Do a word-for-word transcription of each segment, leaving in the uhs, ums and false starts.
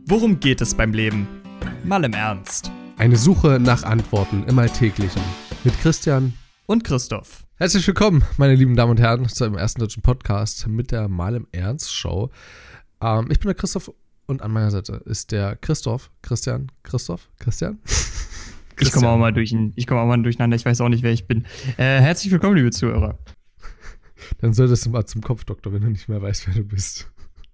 Worum geht es beim Leben? Mal im Ernst. Eine Suche nach Antworten im Alltäglichen. Mit Christian und Christoph. Herzlich willkommen, meine lieben Damen und Herren, zu einem ersten deutschen Podcast mit der Mal im Ernst Show. Ähm, ich bin der Christoph und an meiner Seite ist der Christoph. Christian, Christoph, Christian? Ich komme auch mal durch, ich komme auch mal durcheinander, ich weiß auch nicht, wer ich bin. Äh, herzlich willkommen, liebe Zuhörer. Dann solltest du mal zum Kopfdoktor, wenn du nicht mehr weißt, wer du bist.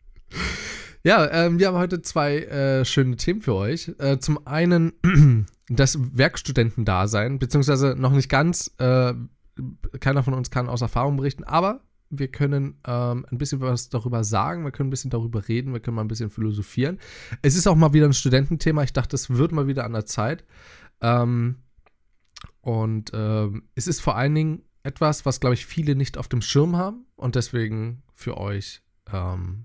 Ja, ähm, wir haben heute zwei äh, schöne Themen für euch. Äh, zum einen das Werkstudentendasein, beziehungsweise noch nicht ganz, äh, keiner von uns kann aus Erfahrung berichten, aber wir können ähm, ein bisschen was darüber sagen, wir können ein bisschen darüber reden, wir können mal ein bisschen philosophieren. Es ist auch mal wieder ein Studententhema, ich dachte, es wird mal wieder an der Zeit. Ähm, und ähm, es ist vor allen Dingen etwas, was, glaube ich, viele nicht auf dem Schirm haben und deswegen für euch ähm,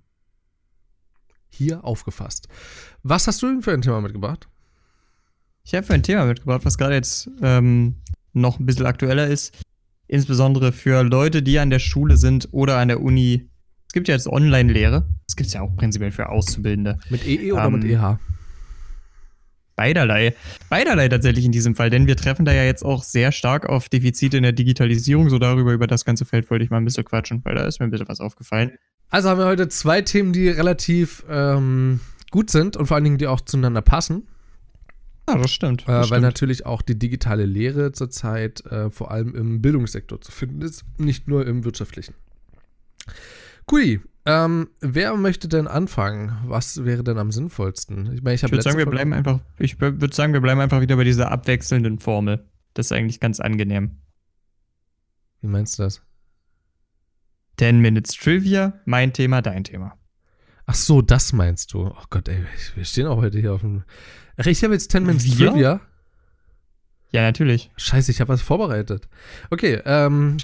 hier aufgefasst. Was hast du denn für ein Thema mitgebracht? Ich habe für ein Thema mitgebracht, was gerade jetzt ähm, noch ein bisschen aktueller ist. Insbesondere für Leute, die an der Schule sind oder an der Uni. Es gibt ja jetzt Online-Lehre. Das gibt es ja auch prinzipiell für Auszubildende. Mit E E oder ähm, mit E H? Beiderlei. Beiderlei tatsächlich in diesem Fall, denn wir treffen da ja jetzt auch sehr stark auf Defizite in der Digitalisierung. So darüber, über das ganze Feld wollte ich mal ein bisschen quatschen, weil da ist mir ein bisschen was aufgefallen. Also haben wir heute zwei Themen, die relativ ähm, gut sind und vor allen Dingen, die auch zueinander passen. Ja, das stimmt. Das äh, weil stimmt. natürlich auch die digitale Lehre zurzeit äh, vor allem im Bildungssektor zu finden ist, nicht nur im wirtschaftlichen. Cool. Ähm, wer möchte denn anfangen? Was wäre denn am sinnvollsten? Ich meine, ich, ich würde sagen, wir bleiben einfach. Ich würde sagen, wir bleiben einfach wieder bei dieser abwechselnden Formel. Das ist eigentlich ganz angenehm. Wie meinst du das? Ten Minutes Trivia, mein Thema, dein Thema. Ach so, das meinst du. Oh Gott, ey, wir stehen auch heute hier auf dem. Ach, ich habe jetzt Ten Minutes Wir? Trivia. Ja, natürlich. Scheiße, ich habe was vorbereitet. Okay, ähm.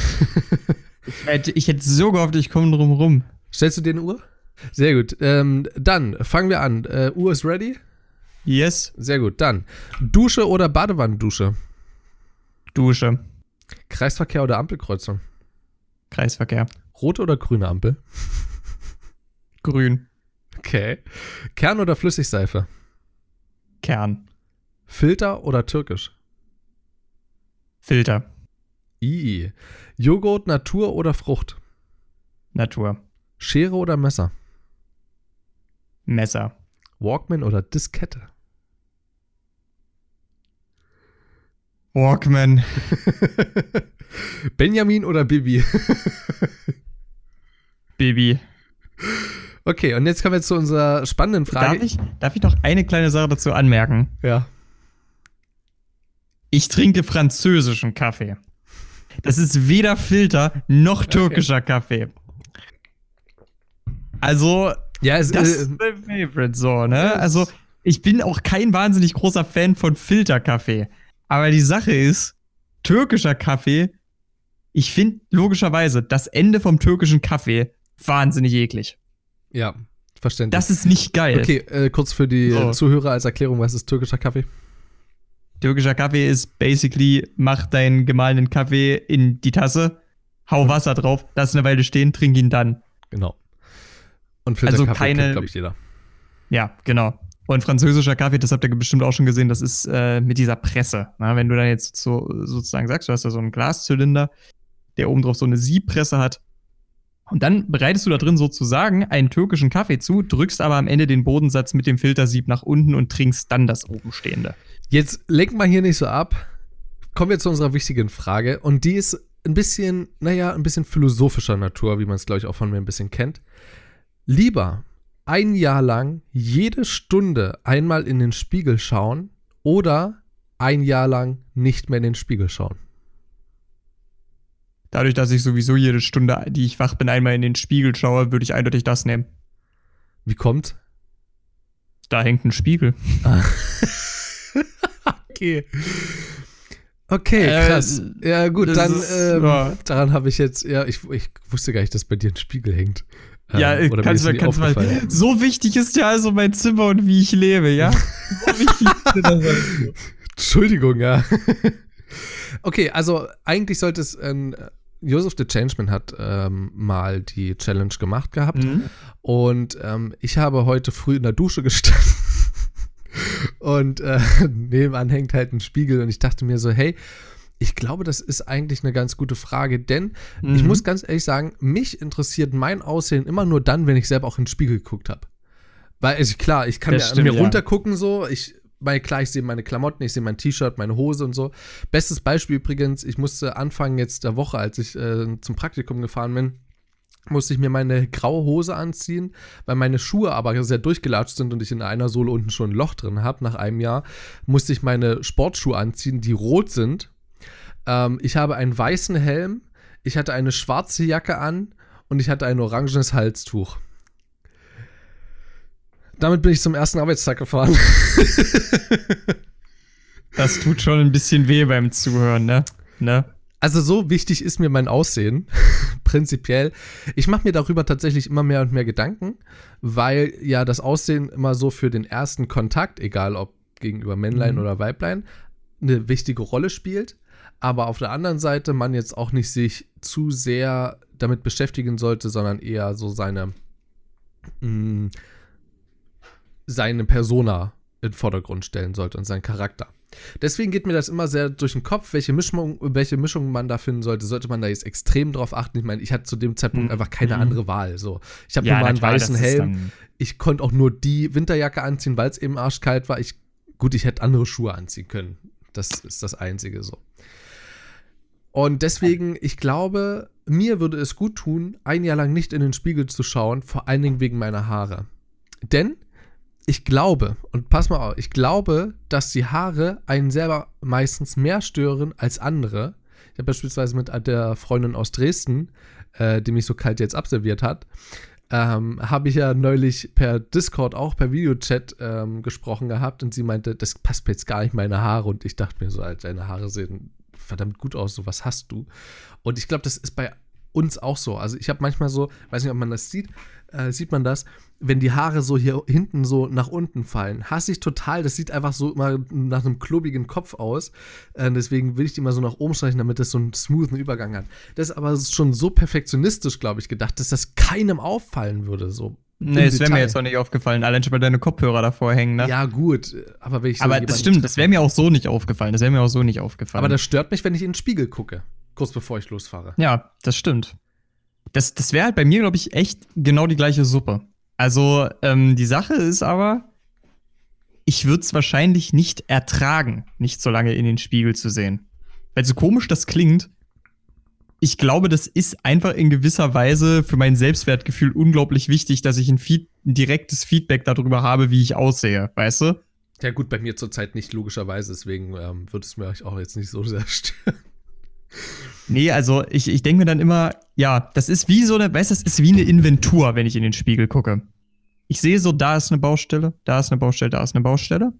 ich, hätte, ich hätte so gehofft, ich komme drum rum. Stellst du dir eine Uhr? Sehr gut. Ähm, dann fangen wir an. Äh, Uhr ist ready? Yes. Sehr gut. Dann Dusche oder Badewannendusche? Dusche. Kreisverkehr oder Ampelkreuzung? Kreisverkehr. Rote oder grüne Ampel? Grün. Okay. Kern oder Flüssigseife? Kern. Filter oder türkisch? Filter. I. Joghurt, Natur oder Frucht? Natur. Schere oder Messer? Messer. Walkman oder Diskette? Walkman. Benjamin oder Bibi? Baby. Okay, und jetzt kommen wir zu unserer spannenden Frage. Darf ich, darf ich noch eine kleine Sache dazu anmerken? Ja. Ich trinke französischen Kaffee. Das ist weder Filter noch türkischer okay. Kaffee. Also, ja, es, das äh, ist mein Favorite so, ne? Also, ich bin auch kein wahnsinnig großer Fan von Filterkaffee. Aber die Sache ist, türkischer Kaffee, ich finde logischerweise das Ende vom türkischen Kaffee wahnsinnig eklig. Ja, verständlich. Das ist nicht geil. Okay, äh, kurz für die so. Zuhörer als Erklärung, was ist türkischer Kaffee? Türkischer Kaffee ist basically, mach deinen gemahlenen Kaffee in die Tasse, hau Wasser drauf, lass eine Weile stehen, trink ihn dann. Genau. Und Filterkaffee also keine, kennt, glaube ich, jeder. Ja, genau. Und französischer Kaffee, das habt ihr bestimmt auch schon gesehen, das ist äh, mit dieser Presse. Na, wenn du dann jetzt so, sozusagen sagst, du hast da so einen Glaszylinder, der oben drauf so eine Siebpresse hat. Und dann bereitest du da drin sozusagen einen türkischen Kaffee zu, drückst aber am Ende den Bodensatz mit dem Filtersieb nach unten und trinkst dann das obenstehende. Jetzt lenk mal hier nicht so ab. Kommen wir zu unserer wichtigen Frage. Und die ist ein bisschen, naja, ein bisschen philosophischer Natur, wie man es, glaube ich, auch von mir ein bisschen kennt. Lieber ein Jahr lang jede Stunde einmal in den Spiegel schauen oder ein Jahr lang nicht mehr in den Spiegel schauen? Dadurch, dass ich sowieso jede Stunde, die ich wach bin, einmal in den Spiegel schaue, würde ich eindeutig das nehmen. Wie kommt's? Da hängt ein Spiegel. Ah. Okay. Okay, krass. Äh, ja, gut, dann ist, ähm, ja. daran habe ich jetzt, ja, ich, ich wusste gar nicht, dass bei dir ein Spiegel hängt. Ähm, ja, oder kannst du kannst mal. So wichtig ist ja also mein Zimmer und wie ich lebe, ja? So wichtig ist das. Entschuldigung, ja. Okay, also eigentlich sollte es ein Joseph the Changeman hat ähm, mal die Challenge gemacht gehabt. Mhm. Und ähm, ich habe heute früh in der Dusche gestanden. Und äh, nebenan hängt halt ein Spiegel. Und ich dachte mir so, hey, ich glaube, das ist eigentlich eine ganz gute Frage. Denn mhm. ich muss ganz ehrlich sagen, mich interessiert mein Aussehen immer nur dann, wenn ich selber auch in den Spiegel geguckt habe. Weil, also klar, ich kann das mir, stimmt, mir ja. runtergucken so, ich Weil klar, ich sehe meine Klamotten, ich sehe mein T-Shirt, meine Hose und so. Bestes Beispiel übrigens, ich musste Anfang jetzt der Woche, als ich äh, zum Praktikum gefahren bin, musste ich mir meine graue Hose anziehen, weil meine Schuhe aber sehr durchgelatscht sind und ich in einer Sohle unten schon ein Loch drin habe. Nach einem Jahr musste ich meine Sportschuhe anziehen, die rot sind. Ähm, ich habe einen weißen Helm, ich hatte eine schwarze Jacke an und ich hatte ein orangenes Halstuch. Damit bin ich zum ersten Arbeitstag gefahren. Das tut schon ein bisschen weh beim Zuhören, ne? ne? Also so wichtig ist mir mein Aussehen, prinzipiell. Ich mache mir darüber tatsächlich immer mehr und mehr Gedanken, weil ja das Aussehen immer so für den ersten Kontakt, egal ob gegenüber Männlein mhm. oder Weiblein, eine wichtige Rolle spielt. Aber auf der anderen Seite man jetzt auch nicht sich zu sehr damit beschäftigen sollte, sondern eher so seine mh, seine Persona in den Vordergrund stellen sollte und seinen Charakter. Deswegen geht mir das immer sehr durch den Kopf, welche Mischung, welche Mischung man da finden sollte. Sollte man da jetzt extrem drauf achten? Ich meine, ich hatte zu dem Zeitpunkt mhm. einfach keine andere Wahl. So. Ich habe ja, nur mal einen klar, weißen Helm. Ich konnte auch nur die Winterjacke anziehen, weil es eben arschkalt war. Ich, gut, ich hätte andere Schuhe anziehen können. Das ist das Einzige so. Und deswegen, ich glaube, mir würde es gut tun, ein Jahr lang nicht in den Spiegel zu schauen, vor allen Dingen wegen meiner Haare. Denn ich glaube, und pass mal auf, ich glaube, dass die Haare einen selber meistens mehr stören als andere. Ich habe beispielsweise mit der Freundin aus Dresden, äh, die mich so kalt jetzt absolviert hat, ähm, habe ich ja neulich per Discord, auch per Videochat ähm, gesprochen gehabt und sie meinte, das passt mir jetzt gar nicht meine Haare und ich dachte mir so, Alter, deine Haare sehen verdammt gut aus, so was hast du? Und ich glaube, das ist bei uns auch so. Also ich habe manchmal so, weiß nicht, ob man das sieht, äh, sieht man das, wenn die Haare so hier hinten so nach unten fallen. Hasse ich total, das sieht einfach so immer nach einem klobigen Kopf aus. Äh, deswegen will ich die mal so nach oben streichen, damit das so einen smoothen Übergang hat. Das ist aber schon so perfektionistisch, glaube ich, gedacht, dass das keinem auffallen würde, so. Nee, das wäre mir jetzt auch nicht aufgefallen, allein schon, weil deine Kopfhörer davor hängen, ne? Ja, gut, aber wenn ich so Aber das stimmt, das wäre mir auch so nicht aufgefallen, das wäre mir auch so nicht aufgefallen. Aber das stört mich, wenn ich in den Spiegel gucke, kurz bevor ich losfahre. Ja, das stimmt. Das, das wäre halt bei mir, glaube ich, echt genau die gleiche Suppe. Also, ähm, die Sache ist aber, ich würde es wahrscheinlich nicht ertragen, nicht so lange in den Spiegel zu sehen. Weil so komisch das klingt, ich glaube, das ist einfach in gewisser Weise für mein Selbstwertgefühl unglaublich wichtig, dass ich ein, Feed- ein direktes Feedback darüber habe, wie ich aussehe, weißt du? Ja gut, bei mir zurzeit nicht, logischerweise, deswegen ähm, würde es mir auch jetzt nicht so sehr stören. Nee, also ich, ich denke mir dann immer, ja, das ist wie so eine, weißt du, das ist wie eine Inventur, wenn ich in den Spiegel gucke. Ich sehe so, da ist eine Baustelle, da ist eine Baustelle, da ist eine Baustelle.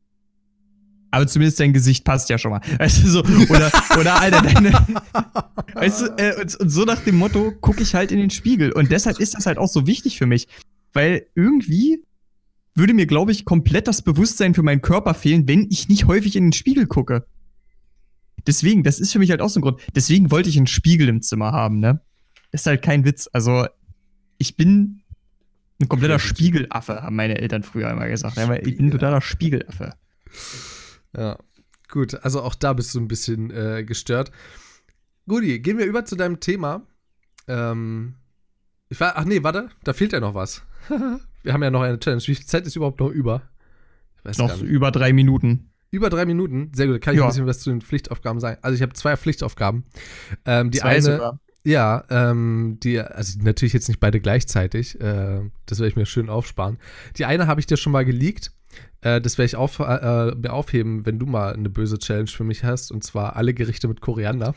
Aber zumindest dein Gesicht passt ja schon mal. Weißt du, so, oder, oder Alter, deine. Weißt du, äh, und, und so nach dem Motto gucke ich halt in den Spiegel. Und deshalb ist das halt auch so wichtig für mich. Weil irgendwie würde mir, glaube ich, komplett das Bewusstsein für meinen Körper fehlen, wenn ich nicht häufig in den Spiegel gucke. Deswegen, das ist für mich halt auch so ein Grund. Deswegen wollte ich einen Spiegel im Zimmer haben, ne? Das ist halt kein Witz. Also, ich bin ein kompletter Spiegelaffe, haben meine Eltern früher immer gesagt. Aber ich bin ein totaler Spiegelaffe. Ja, gut. Also auch da bist du ein bisschen äh, gestört. Guti, gehen wir über zu deinem Thema. Ähm, ich war, ach nee, warte, da fehlt ja noch was. Wir haben ja noch eine Challenge. Wie viel Zeit ist überhaupt noch über? Ich weiß noch über drei Minuten. Über drei Minuten? Sehr gut, kann ich ja ein bisschen was zu den Pflichtaufgaben sagen. Also ich habe zwei Pflichtaufgaben. Ähm, die zwei eine, sogar. Ja, ähm, die, also natürlich jetzt nicht beide gleichzeitig. Äh, das werde ich mir schön aufsparen. Die eine habe ich dir schon mal geleakt. Äh, das werde ich auf, äh, mir aufheben, wenn du mal eine böse Challenge für mich hast. Und zwar alle Gerichte mit Koriander.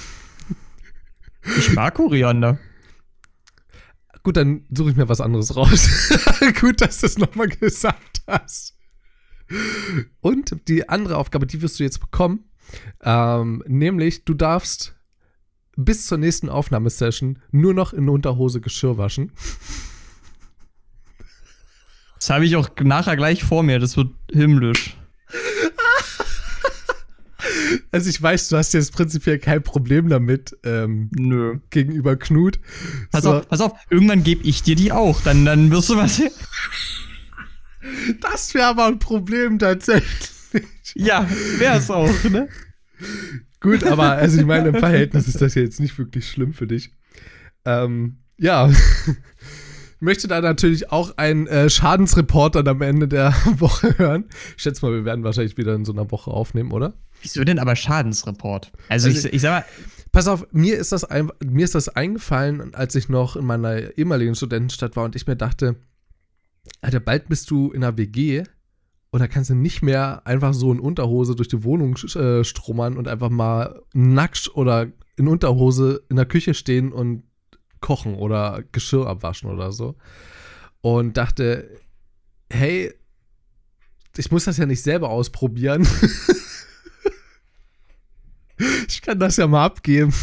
Ich mag Koriander. Gut, dann suche ich mir was anderes raus. Gut, dass du es nochmal gesagt hast. Und die andere Aufgabe, die wirst du jetzt bekommen, ähm, nämlich du darfst bis zur nächsten Aufnahmesession nur noch in Unterhose Geschirr waschen. Das habe ich auch nachher gleich vor mir, das wird himmlisch. Also ich weiß, du hast jetzt prinzipiell kein Problem damit ähm, Nö. gegenüber Knut. Pass So. auf, pass auf, irgendwann gebe ich dir die auch. Dann, dann wirst du was. Das wäre aber ein Problem tatsächlich. Ja, wär's auch, ne? Gut, aber also ich meine, im Verhältnis ist das ja jetzt nicht wirklich schlimm für dich. Ähm, ja. Ich möchte da natürlich auch einen äh, Schadensreport dann am Ende der Woche hören. Ich schätze mal, wir werden wahrscheinlich wieder in so einer Woche aufnehmen, oder? Wieso denn aber Schadensreport? Also, Also ich, ich sag mal, Pass auf, mir ist das ein, mir ist das eingefallen, als ich noch in meiner ehemaligen Studentenstadt war und ich mir dachte, Alter, bald bist du in einer W G und da kannst du nicht mehr einfach so in Unterhose durch die Wohnung äh, strummern und einfach mal nackt oder in Unterhose in der Küche stehen und kochen oder Geschirr abwaschen oder so. Und dachte, hey, ich muss das ja nicht selber ausprobieren. Ich kann das ja mal abgeben.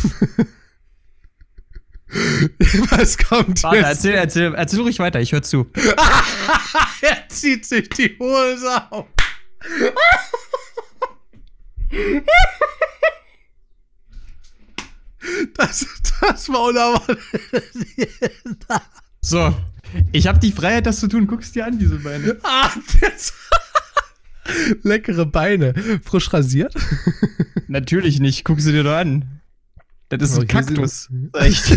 Was kommt warte, jetzt? erzähl, erzähl, erzähl ruhig weiter, ich hör zu. Er zieht sich die Hose auf. Das, das war unerwartet. So, ich habe die Freiheit, das zu tun. Guck's dir an, diese Beine. Ah, das leckere Beine. Frisch rasiert? Natürlich nicht, guck sie dir doch an. Das ist Oh, ein hier Kaktus. sind- Echt.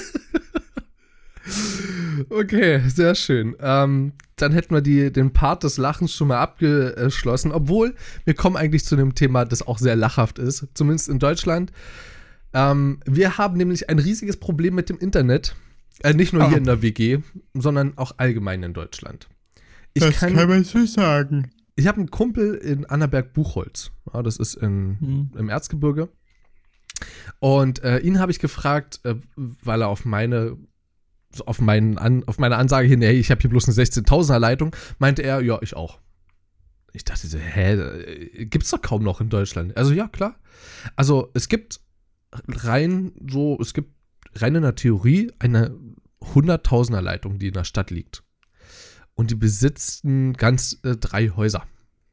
Okay, sehr schön. Ähm, dann hätten wir die, den Part des Lachens schon mal abgeschlossen, obwohl wir kommen eigentlich zu einem Thema, das auch sehr lachhaft ist, zumindest in Deutschland. Ähm, wir haben nämlich ein riesiges Problem mit dem Internet. Äh, nicht nur Oh. hier in der W G, sondern auch allgemein in Deutschland. Ich das kann, kann, man so sagen. ich habe einen Kumpel in Annaberg-Buchholz. Ja, das ist in, Hm. im Erzgebirge. Und äh, ihn habe ich gefragt, äh, weil er auf meine so auf, meinen An, auf meine Ansage hin, hey, ich habe hier bloß eine sechzehntausender Leitung, meinte er, ja, ich auch. Ich dachte so, hä, äh, gibt's doch kaum noch in Deutschland. Also ja, klar. Also es gibt rein so, es gibt rein in der Theorie eine hunderttausender Leitung, die in der Stadt liegt. Und die besitzen ganz äh, drei Häuser.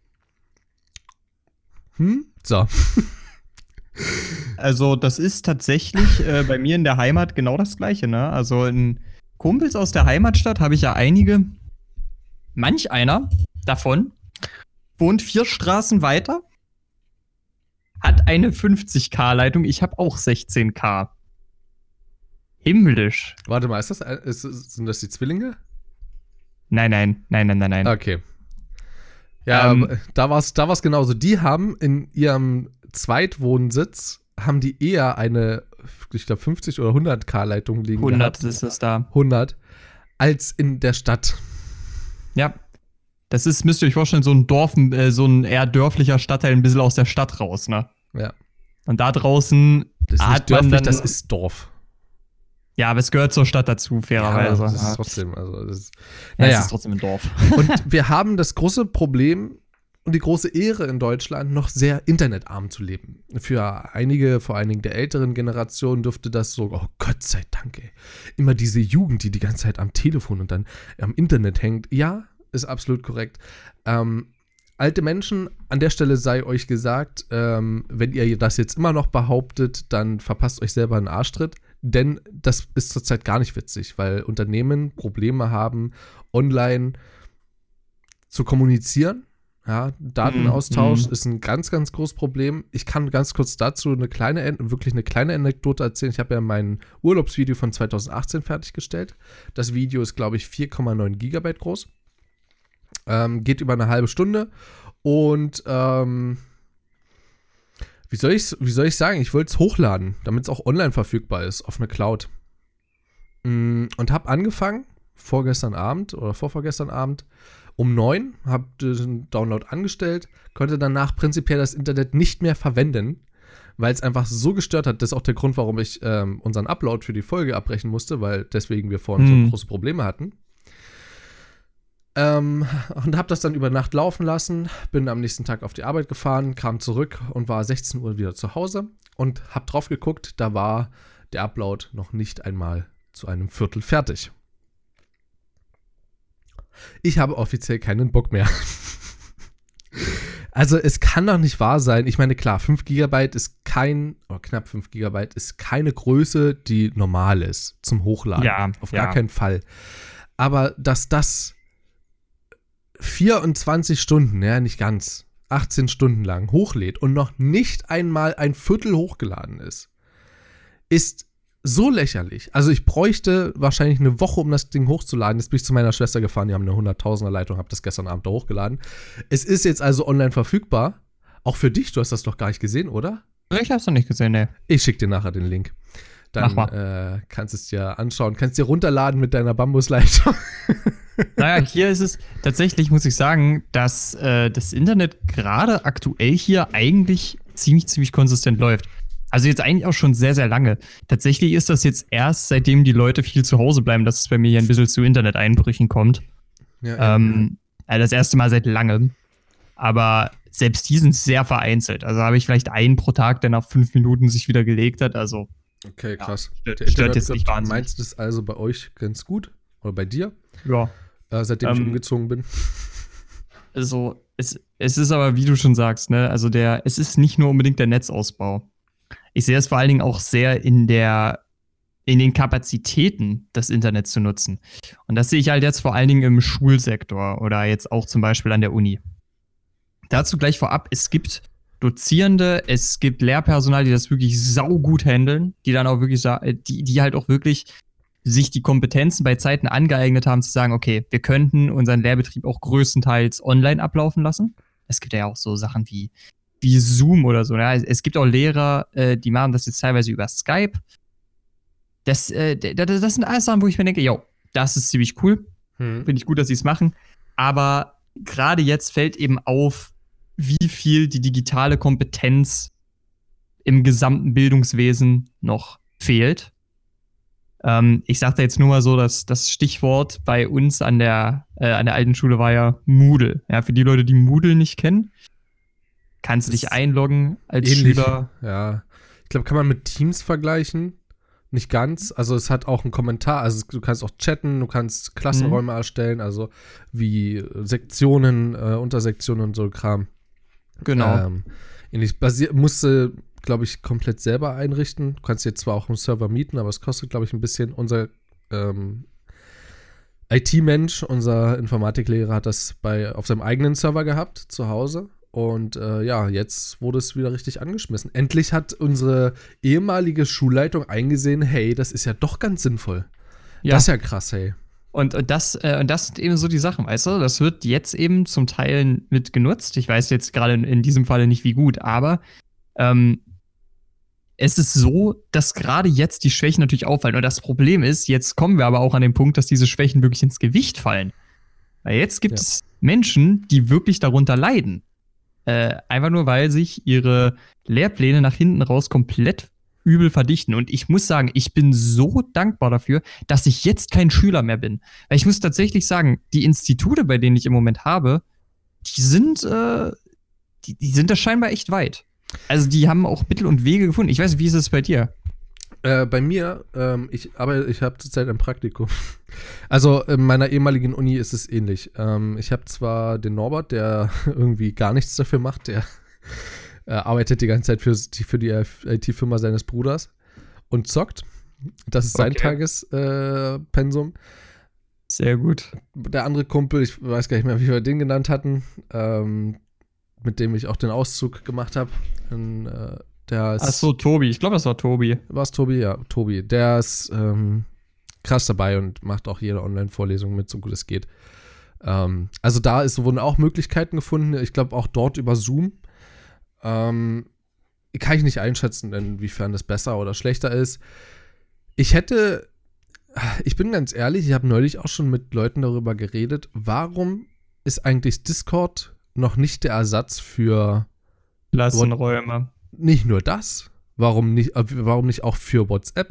Hm? So. Also, das ist tatsächlich äh, bei mir in der Heimat genau das Gleiche, ne? Also, in Kumpels aus der Heimatstadt habe ich ja einige. Manch einer davon wohnt vier Straßen weiter, hat eine fünfzig K Leitung. Ich habe auch sechzehn K. Himmlisch. Warte mal, ist das, ist, sind das die Zwillinge? Nein, nein, nein, nein, nein, nein. Okay. Ja, Ähm, aber da war es da war's genauso. Die haben in ihrem Zweitwohnsitz, haben die eher eine, ich glaube, fünfzig oder hundert K Leitung liegen hundert gehabt. ist es da. hundert, als in der Stadt. Ja. Das ist, müsst ihr euch vorstellen, so ein Dorf, äh, so ein eher dörflicher Stadtteil, ein bisschen aus der Stadt raus, ne? Ja. Und da draußen Das ist hat nicht dörflich, man dann, das ist Dorf. ja, aber es gehört zur Stadt dazu, fairerweise. das ist Ja. trotzdem, also das ist, Ja, naja. es ist trotzdem ein Dorf. Und wir haben das große Problem und die große Ehre in Deutschland, noch sehr internetarm zu leben. Für einige, vor allen Dingen der älteren Generation, dürfte das so, oh Gott sei Dank, ey. Immer diese Jugend, die die ganze Zeit am Telefon und dann am Internet hängt. Ja, ist absolut korrekt. Ähm, alte Menschen, an der Stelle sei euch gesagt, ähm, wenn ihr das jetzt immer noch behauptet, dann verpasst euch selber einen Arschtritt. Denn das ist zurzeit gar nicht witzig, weil Unternehmen Probleme haben, online zu kommunizieren. Ja, Datenaustausch Mhm. ist ein ganz, ganz großes Problem. Ich kann ganz kurz dazu eine kleine, wirklich eine kleine Anekdote erzählen. Ich habe ja mein Urlaubsvideo von zweitausendachtzehn fertiggestellt. Das Video ist, glaube ich, vier Komma neun Gigabyte groß. Ähm, geht über eine halbe Stunde. Und ähm, wie soll ich wie soll ich sagen? Ich wollte es hochladen, damit es auch online verfügbar ist, auf eine Cloud. Mm, Und habe angefangen, vorgestern Abend oder vorvorgestern Abend, um neun, habe den Download angestellt, konnte danach prinzipiell das Internet nicht mehr verwenden, weil es einfach so gestört hat. Das ist auch der Grund, warum ich ähm, unseren Upload für die Folge abbrechen musste, weil deswegen wir vorhin Hm. so große Probleme hatten. Ähm, und habe das dann über Nacht laufen lassen, bin am nächsten Tag auf die Arbeit gefahren, kam zurück und war sechzehn Uhr wieder zu Hause und habe drauf geguckt, da war der Upload noch nicht einmal zu einem Viertel fertig. Ich habe offiziell keinen Bock mehr. Also es kann doch nicht wahr sein. Ich meine, klar, fünf Gigabyte ist kein, oder knapp fünf Gigabyte ist keine Größe, die normal ist zum Hochladen. Ja, auf ja. gar keinen Fall. Aber dass das vierundzwanzig Stunden, ja, nicht ganz, achtzehn Stunden lang hochlädt und noch nicht einmal ein Viertel hochgeladen ist, ist so lächerlich. Also ich bräuchte wahrscheinlich eine Woche, um das Ding hochzuladen. Jetzt bin ich zu meiner Schwester gefahren, die haben eine hunderttausender Leitung, habe das gestern Abend da hochgeladen. Es ist jetzt also online verfügbar. Auch für dich, du hast das doch gar nicht gesehen, oder? Ich hab's noch nicht gesehen, ne. Ich schick dir nachher den Link. Dann äh, kannst du es dir anschauen, kannst dir runterladen mit deiner Bambusleitung. Naja, hier ist es tatsächlich, muss ich sagen, dass äh, das Internet gerade aktuell hier eigentlich ziemlich, ziemlich konsistent läuft. Also jetzt eigentlich auch schon sehr, sehr lange. Tatsächlich ist das jetzt erst, seitdem die Leute viel zu Hause bleiben, dass es bei mir hier ein bisschen zu Interneteinbrüchen kommt. Ja, ähm, also das erste Mal seit langem. Aber selbst die sind sehr vereinzelt. Also habe ich vielleicht einen pro Tag, der nach fünf Minuten sich wieder gelegt hat. Also okay, krass. Ja, stört, Der stört jetzt nicht wahnsinnig. Meinst du das also bei euch ganz gut? Oder bei dir? Ja. Äh, seitdem Ähm, ich umgezogen bin. Also es, es ist aber, wie du schon sagst, ne, also der, es ist nicht nur unbedingt der Netzausbau. Ich sehe es vor allen Dingen auch sehr in der, in den Kapazitäten, das Internet zu nutzen. Und das sehe ich halt jetzt vor allen Dingen im Schulsektor oder jetzt auch zum Beispiel an der Uni. Dazu gleich vorab, es gibt Dozierende, es gibt Lehrpersonal, die das wirklich saugut handeln, die dann auch wirklich, die, die halt auch wirklich sich die Kompetenzen bei Zeiten angeeignet haben, zu sagen, okay, wir könnten unseren Lehrbetrieb auch größtenteils online ablaufen lassen. Es gibt ja auch so Sachen wie wie Zoom oder so. Ja. Es gibt auch Lehrer, äh, die machen das jetzt teilweise über Skype. Das, äh, das, das sind alles Sachen, wo ich mir denke, jo, das ist ziemlich cool. Hm. Finde ich gut, dass sie es machen. Aber gerade jetzt fällt eben auf, wie viel die digitale Kompetenz im gesamten Bildungswesen noch fehlt. Ähm, ich sage da jetzt nur mal so, dass das Stichwort bei uns an der, äh, an der alten Schule war ja Moodle. Ja, für die Leute, die Moodle nicht kennen, kannst du dich einloggen als ähnlich, Schüler. Ja. Ich glaube, kann man mit Teams vergleichen. Nicht ganz. Also es hat auch einen Kommentar. Also du kannst auch chatten, du kannst Klassenräume mhm. erstellen, also wie Sektionen, äh, Untersektionen und so Kram. Genau. Ähm, ähnlich basiert, musste, glaube ich, komplett selber einrichten. Du kannst jetzt zwar auch einen Server mieten, aber es kostet, glaube ich, ein bisschen. Unser ähm, I T-Mensch, unser Informatiklehrer, hat das bei, auf seinem eigenen Server gehabt, zu Hause. Und äh, ja, jetzt wurde es wieder richtig angeschmissen. Endlich hat unsere ehemalige Schulleitung eingesehen, hey, das ist ja doch ganz sinnvoll. Ja. Das ist ja krass, hey. Und, und, das, äh, und das sind eben so die Sachen, weißt du? Das wird jetzt eben zum Teil mit genutzt. Ich weiß jetzt gerade in, in diesem Falle nicht, wie gut, aber ähm, es ist so, dass gerade jetzt die Schwächen natürlich auffallen. Und das Problem ist, jetzt kommen wir aber auch an den Punkt, dass diese Schwächen wirklich ins Gewicht fallen. Weil jetzt gibt ja. es Menschen, die wirklich darunter leiden. Äh, einfach nur, weil sich ihre Lehrpläne nach hinten raus komplett übel verdichten. Und ich muss sagen, ich bin so dankbar dafür, dass ich jetzt kein Schüler mehr bin. Weil ich muss tatsächlich sagen, die Institute, bei denen ich im Moment habe, die sind, äh, die, die sind da scheinbar echt weit. Also die haben auch Mittel und Wege gefunden. Ich weiß nicht, wie ist es bei dir? Äh, bei mir, ähm, ich, aber ich habe zurzeit ein Praktikum. Also in meiner ehemaligen Uni ist es ähnlich. Ähm, ich habe zwar den Norbert, der irgendwie gar nichts dafür macht, der äh, arbeitet die ganze Zeit für, für die I T-Firma seines Bruders und zockt. Das ist sein okay. Tagespensum. Äh, Sehr gut. Der andere Kumpel, ich weiß gar nicht mehr, wie wir den genannt hatten, ähm, mit dem ich auch den Auszug gemacht habe. Äh, Der ist, Ach so, Tobi. Ich glaube, das war Tobi. War es Tobi? Ja, Tobi. Der ist ähm, krass dabei und macht auch jede Online-Vorlesung mit, so gut es geht. Ähm, also da ist, wurden auch Möglichkeiten gefunden. Ich glaube auch dort über Zoom. Ähm, kann ich nicht einschätzen, inwiefern das besser oder schlechter ist. Ich hätte, ich bin ganz ehrlich, ich habe neulich auch schon mit Leuten darüber geredet, warum ist eigentlich Discord noch nicht der Ersatz für Klassenräume? Nicht nur das, warum nicht, warum nicht auch für WhatsApp?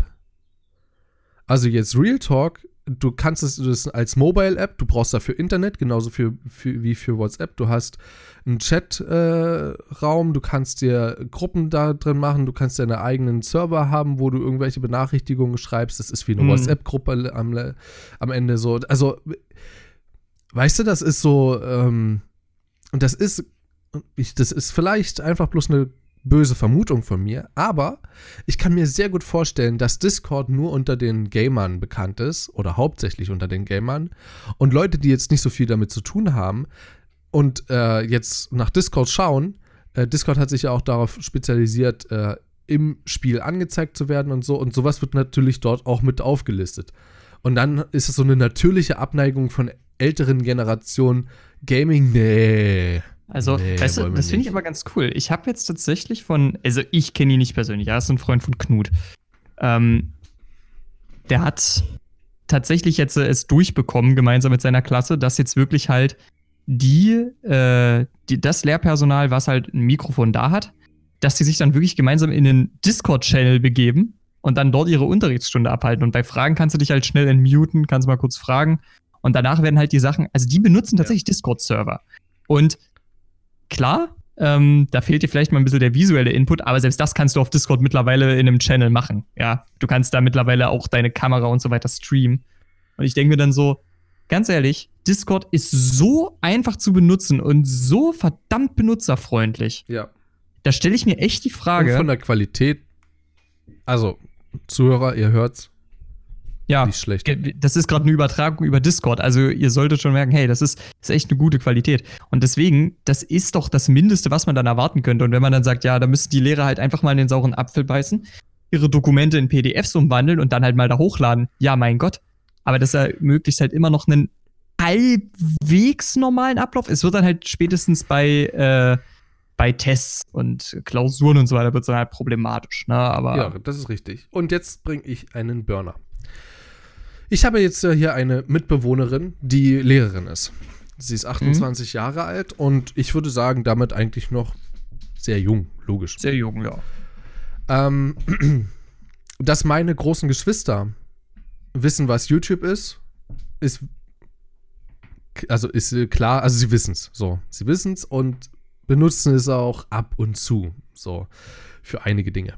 Also jetzt Real Talk, du kannst es das als Mobile-App, du brauchst dafür Internet, genauso für, für, wie für WhatsApp. Du hast einen Chat-Raum, äh, du kannst dir Gruppen da drin machen, du kannst deine eigenen Server haben, wo du irgendwelche Benachrichtigungen schreibst. Das ist wie eine mhm. WhatsApp-Gruppe am, am Ende so. Also, weißt du, das ist so, ähm, und das ist ich, das ist vielleicht einfach bloß eine böse Vermutung von mir, aber ich kann mir sehr gut vorstellen, dass Discord nur unter den Gamern bekannt ist oder hauptsächlich unter den Gamern und Leute, die jetzt nicht so viel damit zu tun haben und äh, jetzt nach Discord schauen, äh, Discord hat sich ja auch darauf spezialisiert, äh, im Spiel angezeigt zu werden und so und sowas wird natürlich dort auch mit aufgelistet. Und dann ist es so eine natürliche Abneigung von älteren Generationen, Gaming, nee. Also, Nee, weißt du, wollen wir das finde ich nicht. aber ganz cool. Ich habe jetzt tatsächlich von, also ich kenne ihn nicht persönlich, er ist ein Freund von Knut. Ähm, der hat tatsächlich jetzt äh, es durchbekommen, gemeinsam mit seiner Klasse, dass jetzt wirklich halt die, äh, die, das Lehrpersonal, was halt ein Mikrofon da hat, dass die sich dann wirklich gemeinsam in den Discord-Channel begeben und dann dort ihre Unterrichtsstunde abhalten. Und bei Fragen kannst du dich halt schnell entmuten, kannst mal kurz fragen. Und danach werden halt die Sachen, also die benutzen tatsächlich ja. Discord-Server. Und klar, ähm, da fehlt dir vielleicht mal ein bisschen der visuelle Input, aber selbst das kannst du auf Discord mittlerweile in einem Channel machen. Ja, du kannst da mittlerweile auch deine Kamera und so weiter streamen. Und ich denke mir dann so, ganz ehrlich, Discord ist so einfach zu benutzen und so verdammt benutzerfreundlich. Ja. Da stelle ich mir echt die Frage. Und von der Qualität, also Zuhörer, ihr hört's. Ja, nicht schlecht. Das ist gerade eine Übertragung über Discord. Also ihr solltet schon merken, hey, das ist, ist echt eine gute Qualität. Und deswegen, das ist doch das Mindeste, was man dann erwarten könnte. Und wenn man dann sagt, ja, da müssen die Lehrer halt einfach mal in den sauren Apfel beißen, ihre Dokumente in P D Fs umwandeln und dann halt mal da hochladen. Ja, mein Gott. Aber das ermöglicht halt immer noch einen halbwegs normalen Ablauf. Es wird dann halt spätestens bei, äh, bei Tests und Klausuren und so weiter wird es dann halt problematisch. Ne? Aber ja, das ist richtig. Und jetzt bringe ich einen Burner. Ich habe jetzt hier eine Mitbewohnerin, die Lehrerin ist. Sie ist achtundzwanzig mhm. Jahre alt und ich würde sagen, damit eigentlich noch sehr jung, logisch. Sehr jung, ja. Ähm, dass meine großen Geschwister wissen, was YouTube ist, ist also ist klar, also sie wissen es, so. Sie wissen es und benutzen es auch ab und zu, so, für einige Dinge.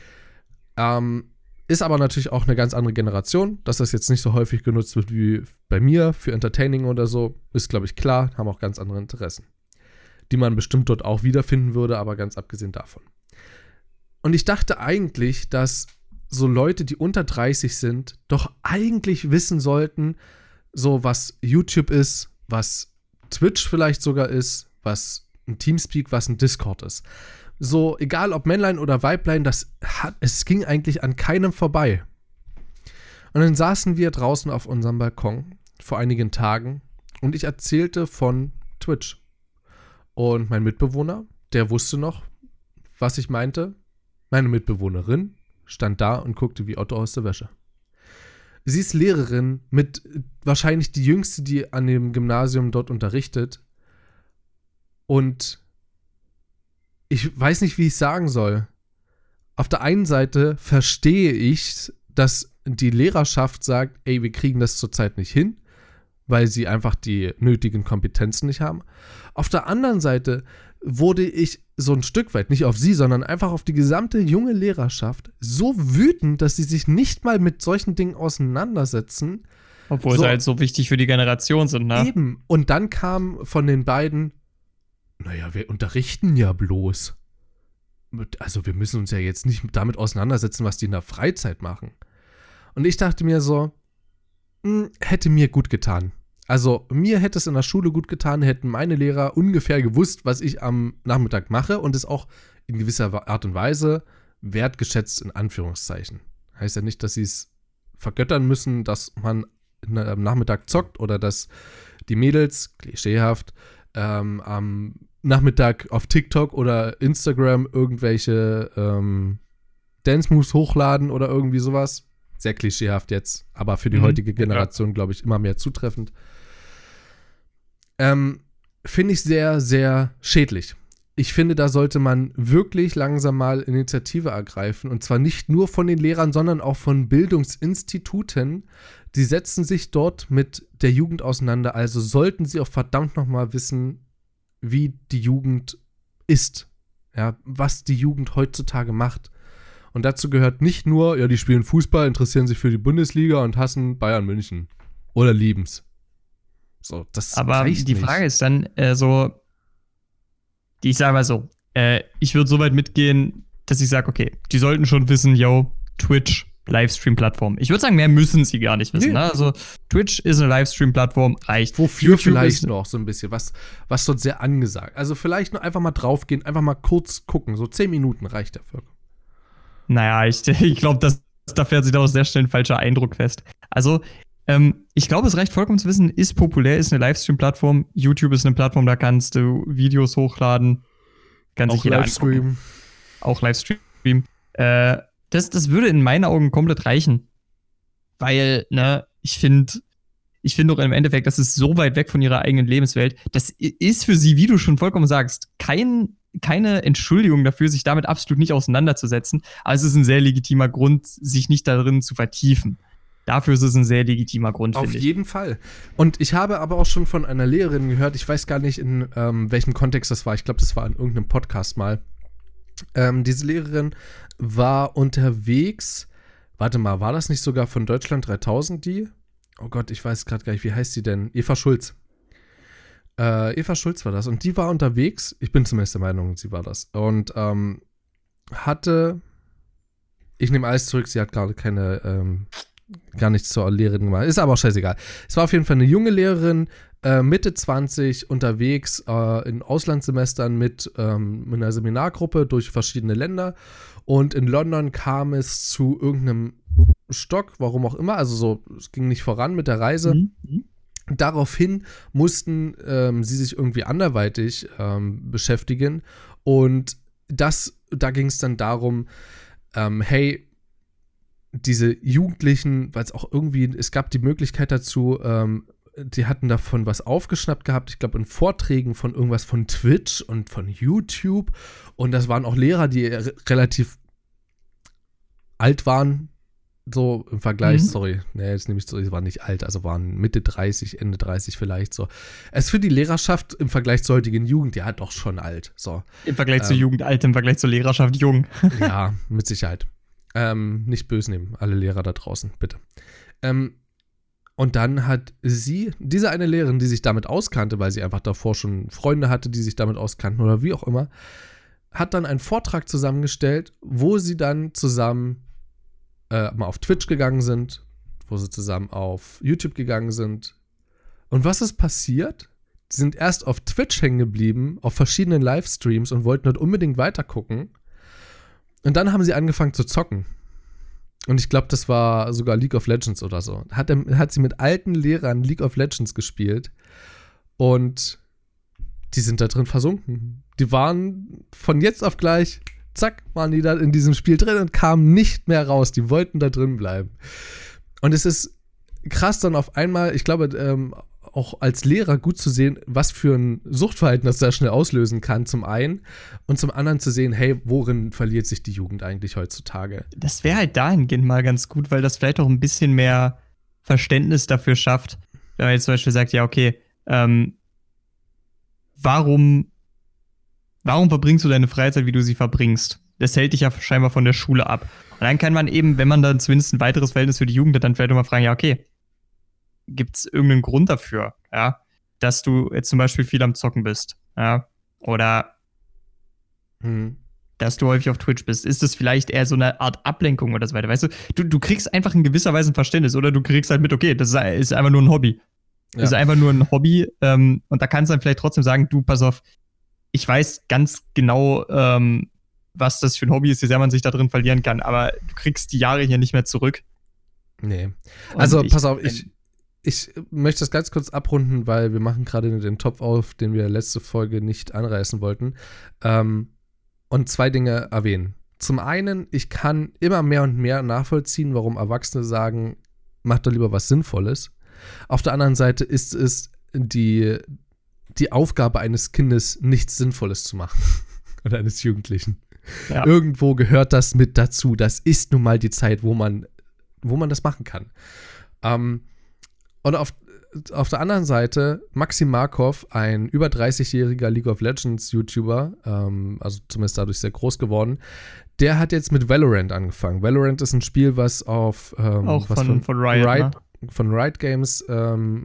Ähm, Ist aber natürlich auch eine ganz andere Generation, dass das jetzt nicht so häufig genutzt wird wie bei mir für Entertaining oder so, ist, glaube ich, klar, haben auch ganz andere Interessen, die man bestimmt dort auch wiederfinden würde, aber ganz abgesehen davon. Und ich dachte eigentlich, dass so Leute, die unter dreißig sind, doch eigentlich wissen sollten, so was YouTube ist, was Twitch vielleicht sogar ist, was ein Teamspeak, was ein Discord ist. So, egal ob Männlein oder Weiblein, das hat, es ging eigentlich an keinem vorbei. Und dann saßen wir draußen auf unserem Balkon vor einigen Tagen und ich erzählte von Twitch. Und mein Mitbewohner, der wusste noch, was ich meinte. Meine Mitbewohnerin stand da und guckte wie Otto aus der Wäsche. Sie ist Lehrerin mit wahrscheinlich die jüngste, die an dem Gymnasium dort unterrichtet. Und ich weiß nicht, wie ich sagen soll. Auf der einen Seite verstehe ich, dass die Lehrerschaft sagt, ey, wir kriegen das zurzeit nicht hin, weil sie einfach die nötigen Kompetenzen nicht haben. Auf der anderen Seite wurde ich so ein Stück weit, nicht auf sie, sondern einfach auf die gesamte junge Lehrerschaft so wütend, dass sie sich nicht mal mit solchen Dingen auseinandersetzen. Obwohl so, sie halt so wichtig für die Generation sind, ne? Eben. Und dann kam von den beiden, naja, wir unterrichten ja bloß. Also wir müssen uns ja jetzt nicht damit auseinandersetzen, was die in der Freizeit machen. Und ich dachte mir so, mh, hätte mir gut getan. Also mir hätte es in der Schule gut getan, hätten meine Lehrer ungefähr gewusst, was ich am Nachmittag mache und es auch in gewisser Art und Weise wertgeschätzt in Anführungszeichen. Heißt ja nicht, dass sie es vergöttern müssen, dass man am Nachmittag zockt oder dass die Mädels, klischeehaft, ähm, am Nachmittag auf TikTok oder Instagram irgendwelche ähm, Dance-Moves hochladen oder irgendwie sowas. Sehr klischeehaft jetzt, aber für die mhm, heutige Generation, ja, glaube ich, immer mehr zutreffend. Ähm, finde ich sehr, sehr schädlich. Ich finde, da sollte man wirklich langsam mal Initiative ergreifen. Und zwar nicht nur von den Lehrern, sondern auch von Bildungsinstituten. Die setzen sich dort mit der Jugend auseinander. Also sollten sie auch verdammt nochmal wissen, wie die Jugend ist. Ja, was die Jugend heutzutage macht. Und dazu gehört nicht nur, ja, die spielen Fußball, interessieren sich für die Bundesliga und hassen Bayern München. Oder lieben's. So, das Aber reicht die nicht. Frage ist dann, äh, so, ich sage mal so, äh, ich würde so weit mitgehen, dass ich sage, okay, die sollten schon wissen, yo, Twitch, Livestream-Plattform. Ich würde sagen, mehr müssen sie gar nicht wissen. Nee. Ne? Also Twitch ist eine Livestream-Plattform, reicht. Wofür YouTube vielleicht noch so ein bisschen, was, was dort sehr angesagt. Also vielleicht nur einfach mal draufgehen, einfach mal kurz gucken. So zehn Minuten reicht dafür. Naja, ich, ich glaube, da fährt sich daraus sehr schnell ein falscher Eindruck fest. Also, ähm, ich glaube, es reicht vollkommen zu wissen, ist populär, ist eine Livestream-Plattform. YouTube ist eine Plattform, da kannst du Videos hochladen. Kann sich jeder angucken. Auch Livestream. Äh, das, das würde in meinen Augen komplett reichen. Weil, ne, ich finde, ich finde doch im Endeffekt, das ist so weit weg von ihrer eigenen Lebenswelt. Das ist für sie, wie du schon vollkommen sagst, kein, keine Entschuldigung dafür, sich damit absolut nicht auseinanderzusetzen. Aber es ist ein sehr legitimer Grund, sich nicht darin zu vertiefen. Dafür ist es ein sehr legitimer Grund, finde ich. Auf jeden Fall. Und ich habe aber auch schon von einer Lehrerin gehört, ich weiß gar nicht, in ähm, welchem Kontext das war. Ich glaube, das war in irgendeinem Podcast mal. Ähm, diese Lehrerin war unterwegs. Warte mal, war das nicht sogar von Deutschland dreitausend die? Oh Gott, ich weiß gerade gar nicht, wie heißt sie denn? Eva Schulz. Äh, Eva Schulz war das. Und die war unterwegs, ich bin zumindest der Meinung, sie war das. Und ähm, hatte, ich nehme alles zurück, sie hat gerade keine, ähm, gar nichts zur Lehrerin gemacht. Ist aber auch scheißegal. Es war auf jeden Fall eine junge Lehrerin, äh, Mitte zwanzig, unterwegs äh, in Auslandssemestern mit, ähm, mit einer Seminargruppe durch verschiedene Länder. Und in London kam es zu irgendeinem Stock, warum auch immer. Also so, es ging nicht voran mit der Reise. Mhm. Daraufhin mussten ähm, sie sich irgendwie anderweitig ähm, beschäftigen. Und das, da ging es dann darum, ähm, hey, diese Jugendlichen, weil es auch irgendwie, es gab die Möglichkeit dazu, ähm, die hatten davon was aufgeschnappt gehabt, ich glaube in Vorträgen von irgendwas von Twitch und von YouTube, und das waren auch Lehrer, die r- relativ alt waren, so im Vergleich, mhm. sorry, ne, jetzt nehme ich so, sie waren nicht alt, also waren Mitte dreißig, Ende dreißig vielleicht, so. Es für die Lehrerschaft im Vergleich zur heutigen Jugend, ja, doch schon alt, so. Im Vergleich ähm, zur Jugend alt, im Vergleich zur Lehrerschaft jung. Ja, mit Sicherheit. Ähm, nicht böse nehmen, alle Lehrer da draußen, bitte. Ähm, und dann hat sie, diese eine Lehrerin, die sich damit auskannte, weil sie einfach davor schon Freunde hatte, die sich damit auskannten oder wie auch immer, hat dann einen Vortrag zusammengestellt, wo sie dann zusammen äh, mal auf Twitch gegangen sind, wo sie zusammen auf YouTube gegangen sind. Und was ist passiert? Sie sind erst auf Twitch hängen geblieben, auf verschiedenen Livestreams und wollten dort unbedingt weitergucken. Und dann haben sie angefangen zu zocken. Und ich glaube, das war sogar League of Legends oder so. Hat, hat sie mit alten Lehrern League of Legends gespielt. Und die sind da drin versunken. Die waren von jetzt auf gleich, zack, waren die da in diesem Spiel drin und kamen nicht mehr raus. Die wollten da drin bleiben. Und es ist krass dann auf einmal, ich glaube, ähm, auch als Lehrer gut zu sehen, was für ein Suchtverhalten das da schnell auslösen kann, zum einen. Und zum anderen zu sehen, hey, worin verliert sich die Jugend eigentlich heutzutage? Das wäre halt dahingehend mal ganz gut, weil das vielleicht auch ein bisschen mehr Verständnis dafür schafft, wenn man jetzt zum Beispiel sagt, ja, okay, ähm, warum, warum verbringst du deine Freizeit, wie du sie verbringst? Das hält dich ja scheinbar von der Schule ab. Und dann kann man eben, wenn man dann zumindest ein weiteres Verhältnis für die Jugend hat, dann vielleicht auch mal fragen, ja, okay, gibt es irgendeinen Grund dafür, ja, dass du jetzt zum Beispiel viel am Zocken bist, ja, oder hm. dass du häufig auf Twitch bist. Ist das vielleicht eher so eine Art Ablenkung oder so weiter, weißt du? Du, du kriegst einfach in gewisser Weise ein Verständnis, oder du kriegst halt mit, okay, das ist einfach nur ein Hobby. Das ja. ist einfach nur ein Hobby, ähm, und da kannst du dann vielleicht trotzdem sagen, du, pass auf, ich weiß ganz genau, ähm, was das für ein Hobby ist, wie sehr man sich da drin verlieren kann, aber du kriegst die Jahre hier nicht mehr zurück. Nee. Also, ich, pass auf, ich Ich möchte das ganz kurz abrunden, weil wir machen gerade den Topf auf, den wir letzte Folge nicht anreißen wollten. Ähm, und zwei Dinge erwähnen. Zum einen, ich kann immer mehr und mehr nachvollziehen, warum Erwachsene sagen, mach doch lieber was Sinnvolles. Auf der anderen Seite ist es die, die Aufgabe eines Kindes, nichts Sinnvolles zu machen. Oder eines Jugendlichen. Ja. Irgendwo gehört das mit dazu. Das ist nun mal die Zeit, wo man, wo man das machen kann. Ähm, Und auf, auf der anderen Seite, Maxim Markov, ein über dreißigjähriger League of Legends YouTuber, ähm, also zumindest dadurch sehr groß geworden, der hat jetzt mit Valorant angefangen. Valorant ist ein Spiel, was auf ähm, auch was von, von Riot, Riot, ne? von Riot Games ähm,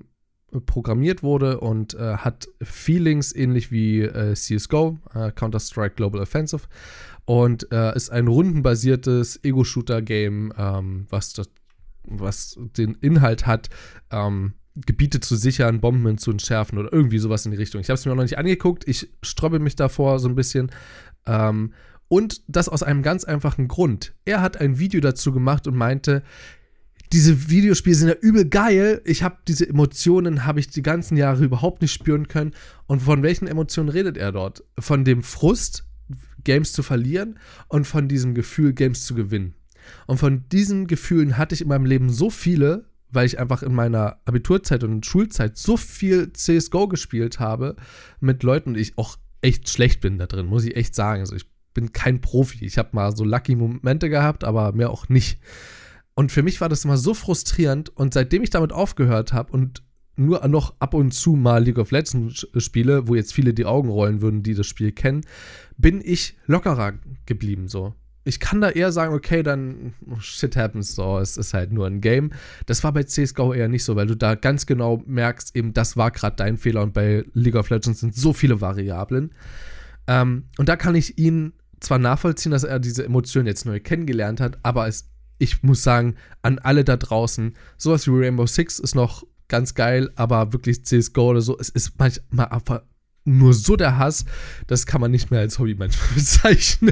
programmiert wurde und äh, hat Feelings ähnlich wie äh, C S G O, äh, Counter-Strike Global Offensive, und äh, ist ein rundenbasiertes Ego-Shooter-Game, ähm, was, das, was den Inhalt hat, ähm, Gebiete zu sichern, Bomben zu entschärfen oder irgendwie sowas in die Richtung. Ich habe es mir auch noch nicht angeguckt, ich sträube mich davor so ein bisschen. Ähm, und das aus einem ganz einfachen Grund. Er hat ein Video dazu gemacht und meinte, diese Videospiele sind ja übel geil. Ich habe diese Emotionen, habe ich die ganzen Jahre überhaupt nicht spüren können. Und von welchen Emotionen redet er dort? Von dem Frust, Games zu verlieren, und von diesem Gefühl, Games zu gewinnen. Und von diesen Gefühlen hatte ich in meinem Leben so viele, weil ich einfach in meiner Abiturzeit und Schulzeit so viel C S G O gespielt habe mit Leuten, und ich auch echt schlecht bin da drin, muss ich echt sagen. Also ich bin kein Profi. Ich habe mal so lucky Momente gehabt, aber mehr auch nicht. Und für mich war das immer so frustrierend, und seitdem ich damit aufgehört habe und nur noch ab und zu mal League of Legends spiele, wo jetzt viele die Augen rollen würden, die das Spiel kennen, bin ich lockerer geblieben so. Ich kann da eher sagen, okay, dann shit happens, so, es ist halt nur ein Game. Das war bei C S G O eher nicht so, weil du da ganz genau merkst, eben das war gerade dein Fehler, und bei League of Legends sind so viele Variablen. Ähm, und da kann ich ihn zwar nachvollziehen, dass er diese Emotionen jetzt neu kennengelernt hat, aber es ich muss sagen, an alle da draußen, sowas wie Rainbow Six ist noch ganz geil, aber wirklich C S G O oder so, es ist manchmal einfach nur so der Hass, das kann man nicht mehr als Hobby manchmal bezeichnen.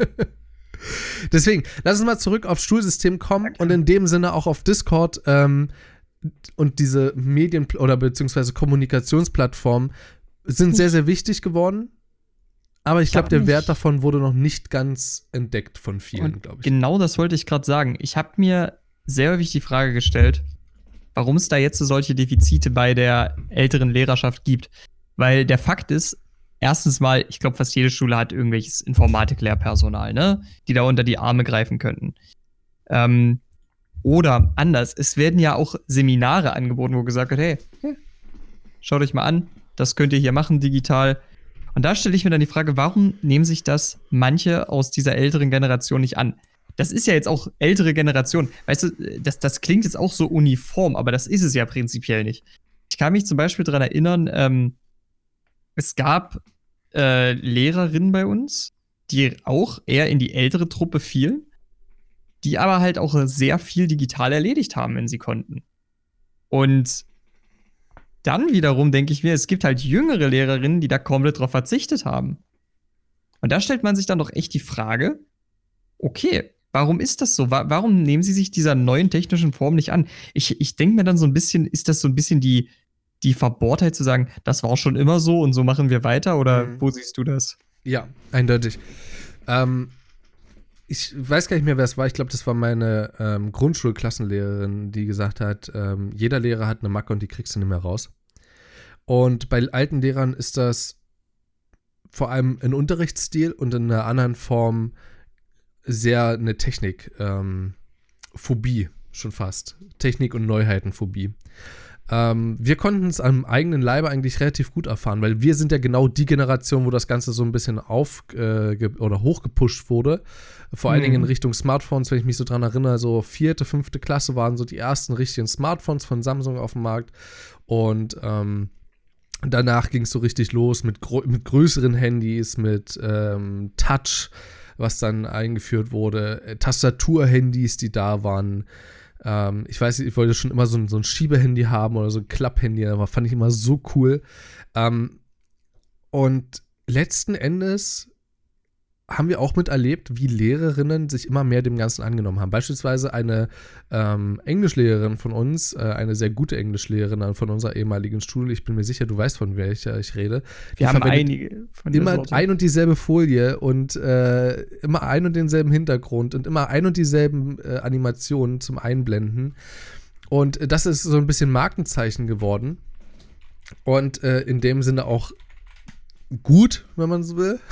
Deswegen, lass uns mal zurück aufs Schulsystem kommen, okay, und in dem Sinne auch auf Discord ähm, und diese Medien- oder beziehungsweise Kommunikationsplattformen sind sehr, sehr wichtig geworden. Aber ich, ich glaube, der nicht. Wert davon wurde noch nicht ganz entdeckt von vielen, glaube ich. Genau das wollte ich gerade sagen. Ich habe mir sehr häufig die Frage gestellt, warum es da jetzt so solche Defizite bei der älteren Lehrerschaft gibt. Weil der Fakt ist, erstens mal, ich glaube, fast jede Schule hat irgendwelches Informatik-Lehrpersonal, ne, die da unter die Arme greifen könnten. Ähm, oder anders, es werden ja auch Seminare angeboten, wo gesagt wird, hey, hey, schaut euch mal an, das könnt ihr hier machen digital. Und da stelle ich mir dann die Frage, warum nehmen sich das manche aus dieser älteren Generation nicht an? Das ist ja jetzt auch ältere Generation. Weißt du, das, das klingt jetzt auch so uniform, aber das ist es ja prinzipiell nicht. Ich kann mich zum Beispiel daran erinnern, ähm, es gab äh, Lehrerinnen bei uns, die auch eher in die ältere Truppe fielen, die aber halt auch sehr viel digital erledigt haben, wenn sie konnten. Und dann wiederum denke ich mir, es gibt halt jüngere Lehrerinnen, die da komplett drauf verzichtet haben. Und da stellt man sich dann doch echt die Frage, okay, warum ist das so? Warum nehmen sie sich dieser neuen technischen Form nicht an? Ich, ich denke mir dann so ein bisschen, ist das so ein bisschen die, die Verbohrtheit zu sagen, das war schon immer so und so machen wir weiter? Oder mhm. wo siehst du das? Ja, eindeutig. Ähm, ich weiß gar nicht mehr, wer es war. Ich glaube, das war meine ähm, Grundschulklassenlehrerin, die gesagt hat, ähm, jeder Lehrer hat eine Macke und die kriegst du nicht mehr raus. Und bei alten Lehrern ist das vor allem ein Unterrichtsstil und in einer anderen Form sehr eine Technik, ähm, Phobie schon fast. Technik- und Neuheitenphobie. Ähm, wir konnten es am eigenen Leibe eigentlich relativ gut erfahren, weil wir sind ja genau die Generation, wo das Ganze so ein bisschen auf äh, ge- oder hochgepusht wurde. Vor allen mhm. Dingen in Richtung Smartphones, wenn ich mich so dran erinnere, so vierte, fünfte Klasse waren so die ersten richtigen Smartphones von Samsung auf dem Markt. Und ähm, danach ging es so richtig los mit, gro- mit größeren Handys, mit ähm, Touch, was dann eingeführt wurde, äh, Tastaturhandys, die da waren. Ähm, ich weiß nicht, ich wollte schon immer so ein, so ein Schiebehandy haben oder so ein Klapphandy, aber fand ich immer so cool. Ähm, und letzten Endes haben wir auch miterlebt, wie Lehrerinnen sich immer mehr dem Ganzen angenommen haben. Beispielsweise eine ähm, Englischlehrerin von uns, äh, eine sehr gute Englischlehrerin von unserer ehemaligen Schule, ich bin mir sicher, du weißt, von welcher ich rede. Die wir haben einige von der immer Sorte. Ein und dieselbe Folie und äh, immer ein und denselben Hintergrund und immer ein und dieselben äh, Animationen zum Einblenden. Und äh, das ist so ein bisschen Markenzeichen geworden. Und äh, in dem Sinne auch gut, wenn man so will.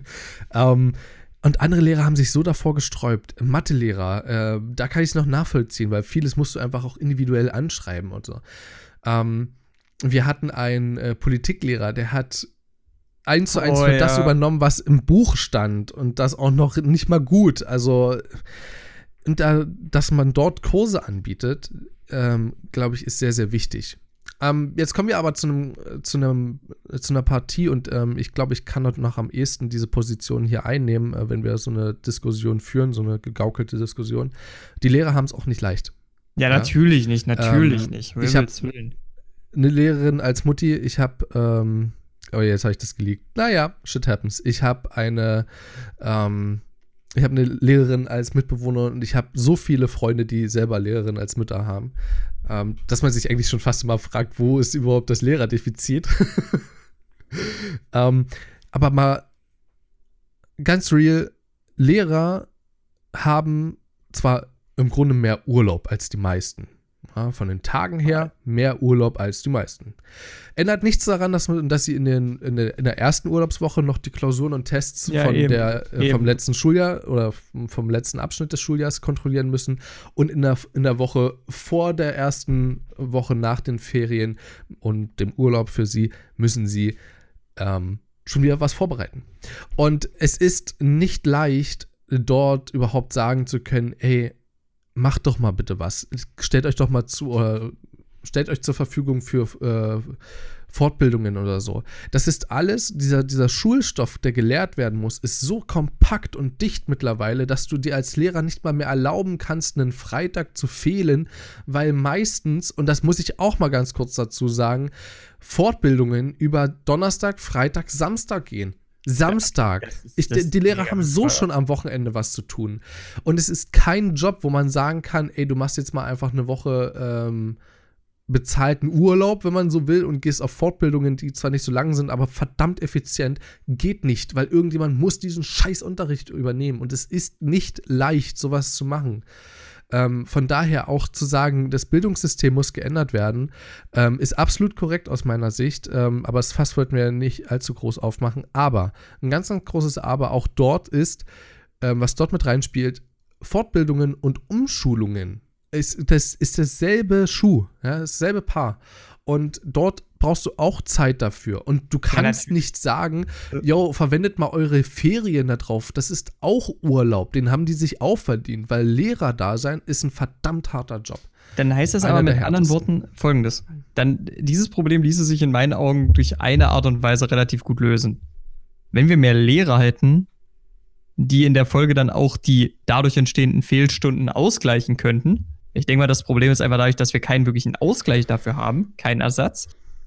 ähm, und andere Lehrer haben sich so davor gesträubt. Mathelehrer, äh, da kann ich es noch nachvollziehen, weil vieles musst du einfach auch individuell anschreiben und so. Ähm, wir hatten einen äh, Politiklehrer, der hat eins zu eins oh, für ja. das übernommen, was im Buch stand und das auch noch nicht mal gut. Also, und da, dass man dort Kurse anbietet, ähm, glaube ich, ist sehr, sehr wichtig. Ähm, jetzt kommen wir aber zu einem, zu einem, zu einer Partie und ähm, ich glaube, ich kann dort noch am ehesten diese Position hier einnehmen, äh, wenn wir so eine Diskussion führen, so eine gegaukelte Diskussion. Die Lehrer haben es auch nicht leicht. Ja, ja? natürlich nicht, natürlich ähm, nicht. Ich habe eine Lehrerin als Mutti, ich habe, ähm, oh, jetzt habe ich das geleakt. Naja, shit happens. Ich habe eine, ähm, ich habe eine Lehrerin als Mitbewohner und ich habe so viele Freunde, die selber Lehrerin als Mütter haben, ähm, dass man sich eigentlich schon fast immer fragt, wo ist überhaupt das Lehrerdefizit? ähm, aber mal ganz real, Lehrer haben zwar im Grunde mehr Urlaub als die meisten. Ja, von den Tagen her mehr Urlaub als die meisten. Ändert nichts daran, dass, man, dass sie in, den, in, der, in der ersten Urlaubswoche noch die Klausuren und Tests ja, von eben, der, äh, vom letzten Schuljahr oder vom letzten Abschnitt des Schuljahres kontrollieren müssen und in der, in der Woche vor der ersten Woche nach den Ferien und dem Urlaub für sie müssen sie ähm, schon wieder was vorbereiten. Und es ist nicht leicht, dort überhaupt sagen zu können, hey, macht doch mal bitte was. Stellt euch doch mal zu, oder stellt euch zur Verfügung für äh, Fortbildungen oder so. Das ist alles, dieser, dieser Schulstoff, der gelehrt werden muss, ist so kompakt und dicht mittlerweile, dass du dir als Lehrer nicht mal mehr erlauben kannst, einen Freitag zu fehlen, weil meistens, und das muss ich auch mal ganz kurz dazu sagen, Fortbildungen über Donnerstag, Freitag, Samstag gehen. Samstag. Ich, die Lehrer haben so schon am Wochenende was zu tun. Und es ist kein Job, wo man sagen kann, ey, du machst jetzt mal einfach eine Woche ähm, bezahlten Urlaub, wenn man so will, und gehst auf Fortbildungen, die zwar nicht so lang sind, aber verdammt effizient. Geht nicht, weil irgendjemand muss diesen scheiß Unterricht übernehmen. Und es ist nicht leicht, sowas zu machen. Ähm, von daher auch zu sagen, das Bildungssystem muss geändert werden, ähm, ist absolut korrekt aus meiner Sicht, ähm, aber das Fass wollten wir nicht allzu groß aufmachen. Aber ein ganz, ganz großes Aber auch dort ist, ähm, was dort mit reinspielt, Fortbildungen und Umschulungen. Ist, das ist dasselbe Schuh, ja, dasselbe Paar. Und dort brauchst du auch Zeit dafür. Und du kannst ja, nicht sagen, yo, verwendet mal eure Ferien da drauf. Das ist auch Urlaub. Den haben die sich auch verdient, weil Lehrer da sein ist ein verdammt harter Job. Dann heißt das aber mit anderen Worten Folgendes. Dann, dieses Problem ließe sich in meinen Augen durch eine Art und Weise relativ gut lösen. Wenn wir mehr Lehrer hätten, die in der Folge dann auch die dadurch entstehenden Fehlstunden ausgleichen könnten. Ich denke mal, das Problem ist einfach dadurch, dass wir keinen wirklichen Ausgleich dafür haben, keinen Ersatz.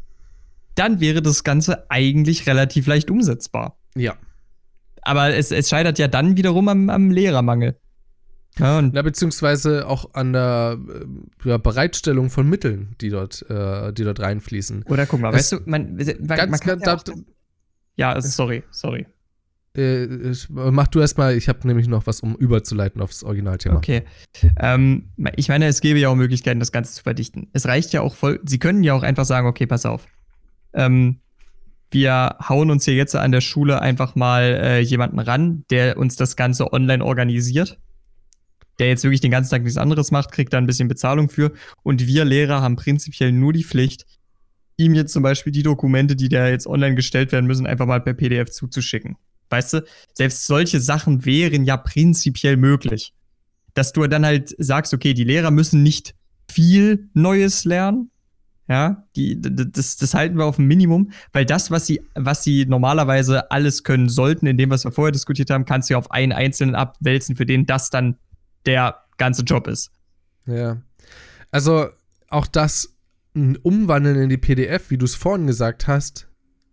Dann wäre das Ganze eigentlich relativ leicht umsetzbar. Ja. Aber es, es scheitert ja dann wiederum am, am Lehrermangel. Ja, und ja, beziehungsweise auch an der äh, ja, Bereitstellung von Mitteln, die dort, äh, die dort reinfließen. Oder guck mal, das weißt du, man, man, ganz, man kann ganz, ja, auch, ja, sorry, sorry. Äh, mach du erstmal, ich habe nämlich noch was, um überzuleiten aufs Originalthema. Okay. Ähm, ich meine, es gäbe ja auch Möglichkeiten, das Ganze zu verdichten. Es reicht ja auch voll, sie können ja auch einfach sagen, okay, pass auf. Ähm, wir hauen uns hier jetzt an der Schule einfach mal äh, jemanden ran, der uns das Ganze online organisiert. Der jetzt wirklich den ganzen Tag nichts anderes macht, kriegt da ein bisschen Bezahlung für. Und wir Lehrer haben prinzipiell nur die Pflicht, ihm jetzt zum Beispiel die Dokumente, die da jetzt online gestellt werden müssen, einfach mal per P D F zuzuschicken. Weißt du, selbst solche Sachen wären ja prinzipiell möglich. Dass du dann halt sagst, okay, die Lehrer müssen nicht viel Neues lernen. Ja, die, das, das halten wir auf ein Minimum, weil das, was sie, was sie normalerweise alles können sollten, in dem, was wir vorher diskutiert haben, kannst du ja auf einen Einzelnen abwälzen, für den das dann der ganze Job ist. Ja. Also auch das Umwandeln in die P D F, wie du es vorhin gesagt hast,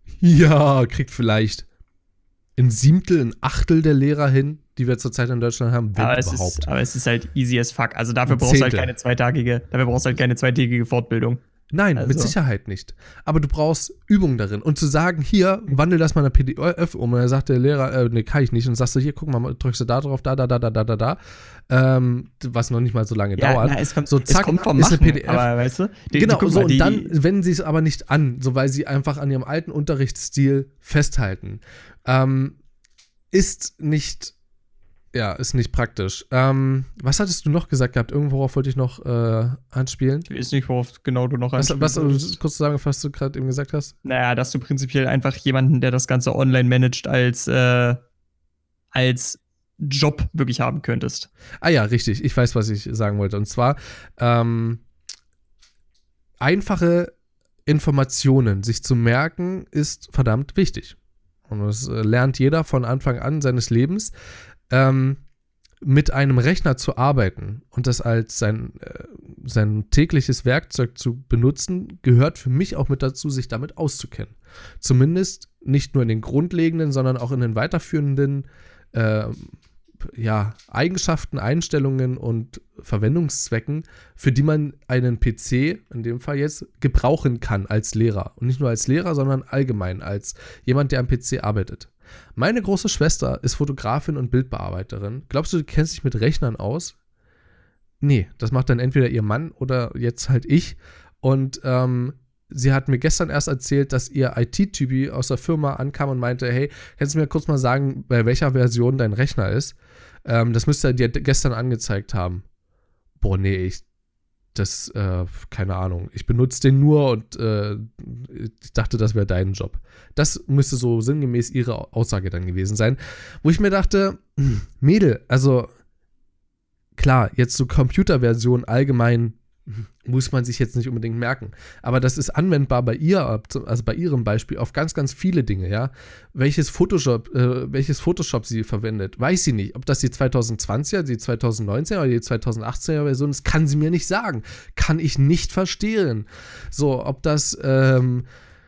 ja, kriegt vielleicht ein Siebtel, ein Achtel der Lehrer hin, die wir zurzeit in Deutschland haben, wenn aber überhaupt. Ist, aber es ist halt easy as fuck. Also dafür brauchst du halt keine zweitägige, dafür brauchst du halt keine zweitägige Fortbildung. Nein, also. Mit Sicherheit nicht. Aber du brauchst Übung darin. Und zu sagen, hier, wandel das mal in eine P D F um. Und dann sagt der Lehrer, äh, nee, kann ich nicht. Und sagst du, hier, guck mal, drückst du da drauf, da, da, da, da, da, da, da. Ähm, was noch nicht mal so lange ja, dauert. Na, es kommt, so, zack, es kommt vom ist Machen, eine P D F. Aber, weißt du, die, genau, die, so, mal, die, und dann wenden sie es aber nicht an, so weil sie einfach an ihrem alten Unterrichtsstil festhalten. Ähm, ist nicht Ja, ist nicht praktisch. Ähm, was hattest du noch gesagt gehabt? Irgendworauf wollte ich noch äh, anspielen? Ich weiß nicht, worauf genau du noch anspielst. Was, was kurz zu sagen, was du gerade eben gesagt hast? Naja, dass du prinzipiell einfach jemanden, der das Ganze online managt, als, äh, als Job wirklich haben könntest. Ah ja, richtig. Ich weiß, was ich sagen wollte. Und zwar ähm, einfache Informationen sich zu merken, ist verdammt wichtig. Und das äh, lernt jeder von Anfang an seines Lebens. Ähm, mit einem Rechner zu arbeiten und das als sein, äh, sein tägliches Werkzeug zu benutzen, gehört für mich auch mit dazu, sich damit auszukennen. Zumindest nicht nur in den grundlegenden, sondern auch in den weiterführenden äh, ja, Eigenschaften, Einstellungen und Verwendungszwecken, für die man einen P C, in dem Fall jetzt, gebrauchen kann als Lehrer. Und nicht nur als Lehrer, sondern allgemein als jemand, der am P C arbeitet. Meine große Schwester ist Fotografin und Bildbearbeiterin. Glaubst du, du kennst dich mit Rechnern aus? Nee, das macht dann entweder ihr Mann oder jetzt halt ich. Und ähm, sie hat mir gestern erst erzählt, dass ihr I T-Typi aus der Firma ankam und meinte, hey, kannst du mir kurz mal sagen, bei welcher Version dein Rechner ist? Ähm, das müsste er dir gestern angezeigt haben. Boah, nee, ich, das, äh, keine Ahnung. Ich benutze den nur und äh, ich dachte, das wäre dein Job. Das müsste so sinngemäß ihre Aussage dann gewesen sein. Wo ich mir dachte, Mädel, also klar, jetzt so Computerversion allgemein muss man sich jetzt nicht unbedingt merken. Aber das ist anwendbar bei ihr, also bei ihrem Beispiel, auf ganz, ganz viele Dinge, ja. Welches Photoshop, äh, welches Photoshop sie verwendet, weiß sie nicht. Ob das die zwanzig zwanziger, die zwanzig neunzehner oder die zwanzig achtzehner Version ist, kann sie mir nicht sagen. Kann ich nicht verstehen. So, ob das, ähm,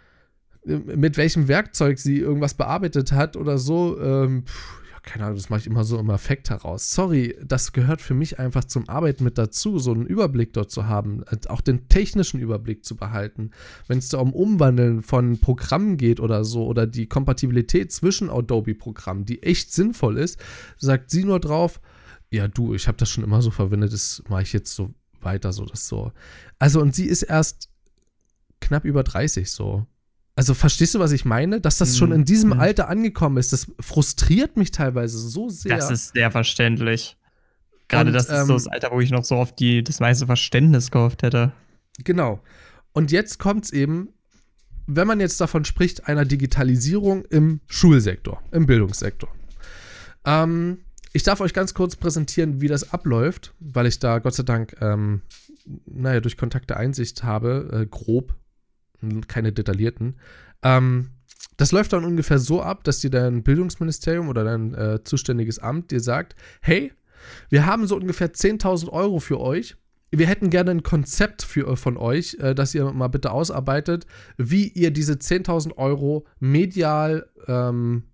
mit welchem Werkzeug sie irgendwas bearbeitet hat oder so, ähm, pff, keine Ahnung, das mache ich immer so im Affekt heraus. Sorry, das gehört für mich einfach zum Arbeiten mit dazu, so einen Überblick dort zu haben, auch den technischen Überblick zu behalten. Wenn es da um Umwandeln von Programmen geht oder so, oder die Kompatibilität zwischen Adobe-Programmen, die echt sinnvoll ist, sagt sie nur drauf, ja du, ich habe das schon immer so verwendet, das mache ich jetzt so weiter, so das so. Also und sie ist erst knapp über dreißig so. Also verstehst du, was ich meine? Dass das schon in diesem Alter angekommen ist, das frustriert mich teilweise so sehr. Das ist sehr verständlich. Gerade Und, das ist ähm, so das Alter, wo ich noch so auf die, das meiste Verständnis gehofft hätte. Genau. Und jetzt kommt es eben, wenn man jetzt davon spricht, einer Digitalisierung im Schulsektor, im Bildungssektor. Ähm, ich darf euch ganz kurz präsentieren, wie das abläuft, weil ich da Gott sei Dank, ähm, naja, durch Kontakte Einsicht habe, äh, grob, keine detaillierten. Ähm, das läuft dann ungefähr so ab, dass dir dein Bildungsministerium oder dein äh, zuständiges Amt dir sagt, hey, wir haben so ungefähr zehntausend Euro für euch. Wir hätten gerne ein Konzept für, von euch, äh, das ihr mal bitte ausarbeitet, wie ihr diese zehntausend Euro medial, ähm,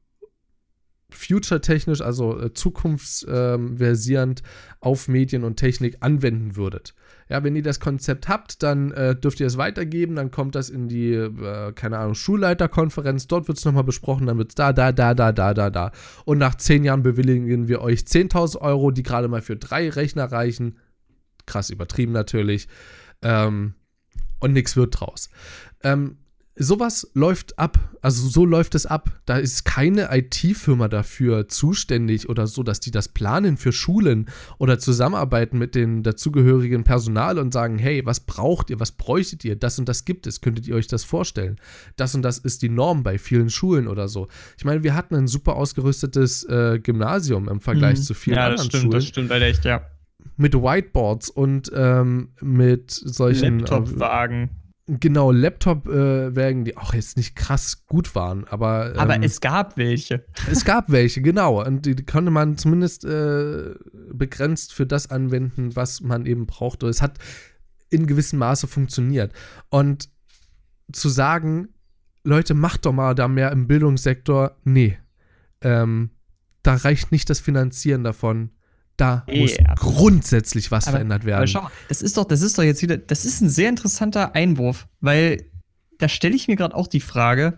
future-technisch, also äh, zukunftsversierend auf Medien und Technik anwenden würdet. Ja, wenn ihr das Konzept habt, dann äh, dürft ihr es weitergeben, dann kommt das in die, äh, keine Ahnung, Schulleiterkonferenz, dort wird es nochmal besprochen, dann wird es da, da, da, da, da, da, da. Und nach zehn Jahren bewilligen wir euch zehntausend Euro, die gerade mal für drei Rechner reichen. Krass übertrieben natürlich. Ähm, und nichts wird draus. Ähm, Sowas läuft ab, also so läuft es ab. Da ist keine I T-Firma dafür zuständig oder so, dass die das planen für Schulen oder zusammenarbeiten mit dem dazugehörigen Personal und sagen, hey, was braucht ihr, was bräuchtet ihr, das und das gibt es, könntet ihr euch das vorstellen? Das und das ist die Norm bei vielen Schulen oder so. Ich meine, wir hatten ein super ausgerüstetes äh, Gymnasium im Vergleich hm. zu vielen ja, anderen das stimmt, Schulen. Das stimmt, leider echt, ja. Mit Whiteboards und ähm, mit solchen Laptopwagen. Genau, Laptop-Wägen, äh, die auch jetzt nicht krass gut waren, aber. Ähm, aber es gab welche. Es gab welche, genau. Und die, die konnte man zumindest äh, begrenzt für das anwenden, was man eben brauchte. Es hat in gewissem Maße funktioniert. Und zu sagen, Leute, macht doch mal da mehr im Bildungssektor, nee. Ähm, da reicht nicht das Finanzieren davon. Da nee, muss grundsätzlich was aber, verändert werden. Aber schau, das ist doch, das ist doch jetzt wieder, das ist ein sehr interessanter Einwurf, weil da stelle ich mir gerade auch die Frage,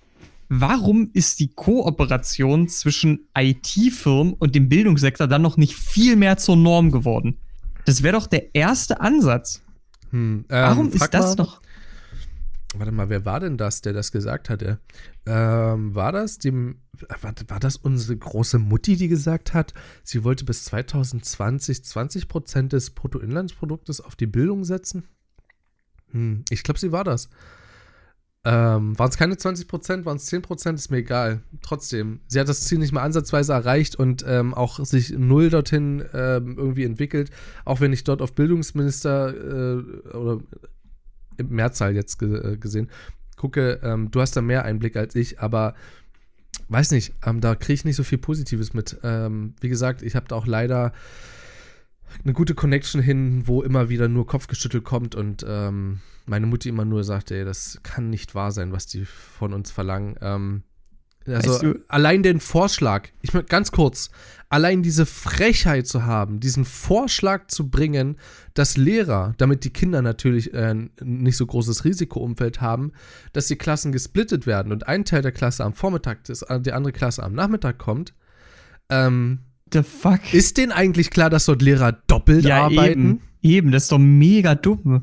warum ist die Kooperation zwischen I T-Firmen und dem Bildungssektor dann noch nicht viel mehr zur Norm geworden? Das wäre doch der erste Ansatz. Hm, ähm, warum ist das mal, noch? Warte mal, wer war denn das, der das gesagt hatte? Ähm, war das dem, war, war das unsere große Mutti, die gesagt hat, sie wollte bis zwanzig zwanzig zwanzig Prozent des Bruttoinlandsproduktes auf die Bildung setzen? Hm, ich glaube, sie war das. Ähm, waren es keine zwanzig Prozent, waren es zehn Prozent, ist mir egal. Trotzdem, sie hat das Ziel nicht mal ansatzweise erreicht und ähm, auch sich null dorthin ähm, irgendwie entwickelt, auch wenn ich dort auf Bildungsminister äh, oder Mehrzahl jetzt ge- gesehen. Gucke, ähm, du hast da mehr Einblick als ich, aber weiß nicht, ähm, da kriege ich nicht so viel Positives mit. Ähm, wie gesagt, ich habe da auch leider eine gute Connection hin, wo immer wieder nur Kopfgeschüttel kommt und ähm, meine Mutti immer nur sagt, ey, das kann nicht wahr sein, was die von uns verlangen. Ähm, also Weißt du- allein den Vorschlag, ich meine ganz kurz, allein diese Frechheit zu haben, diesen Vorschlag zu bringen, dass Lehrer, damit die Kinder natürlich äh, ein nicht so großes Risikoumfeld haben, dass die Klassen gesplittet werden und ein Teil der Klasse am Vormittag ist, die andere Klasse am Nachmittag kommt, ähm, The fuck? ist denen eigentlich klar, dass dort Lehrer doppelt ja, arbeiten? Eben, eben, das ist doch mega dumm.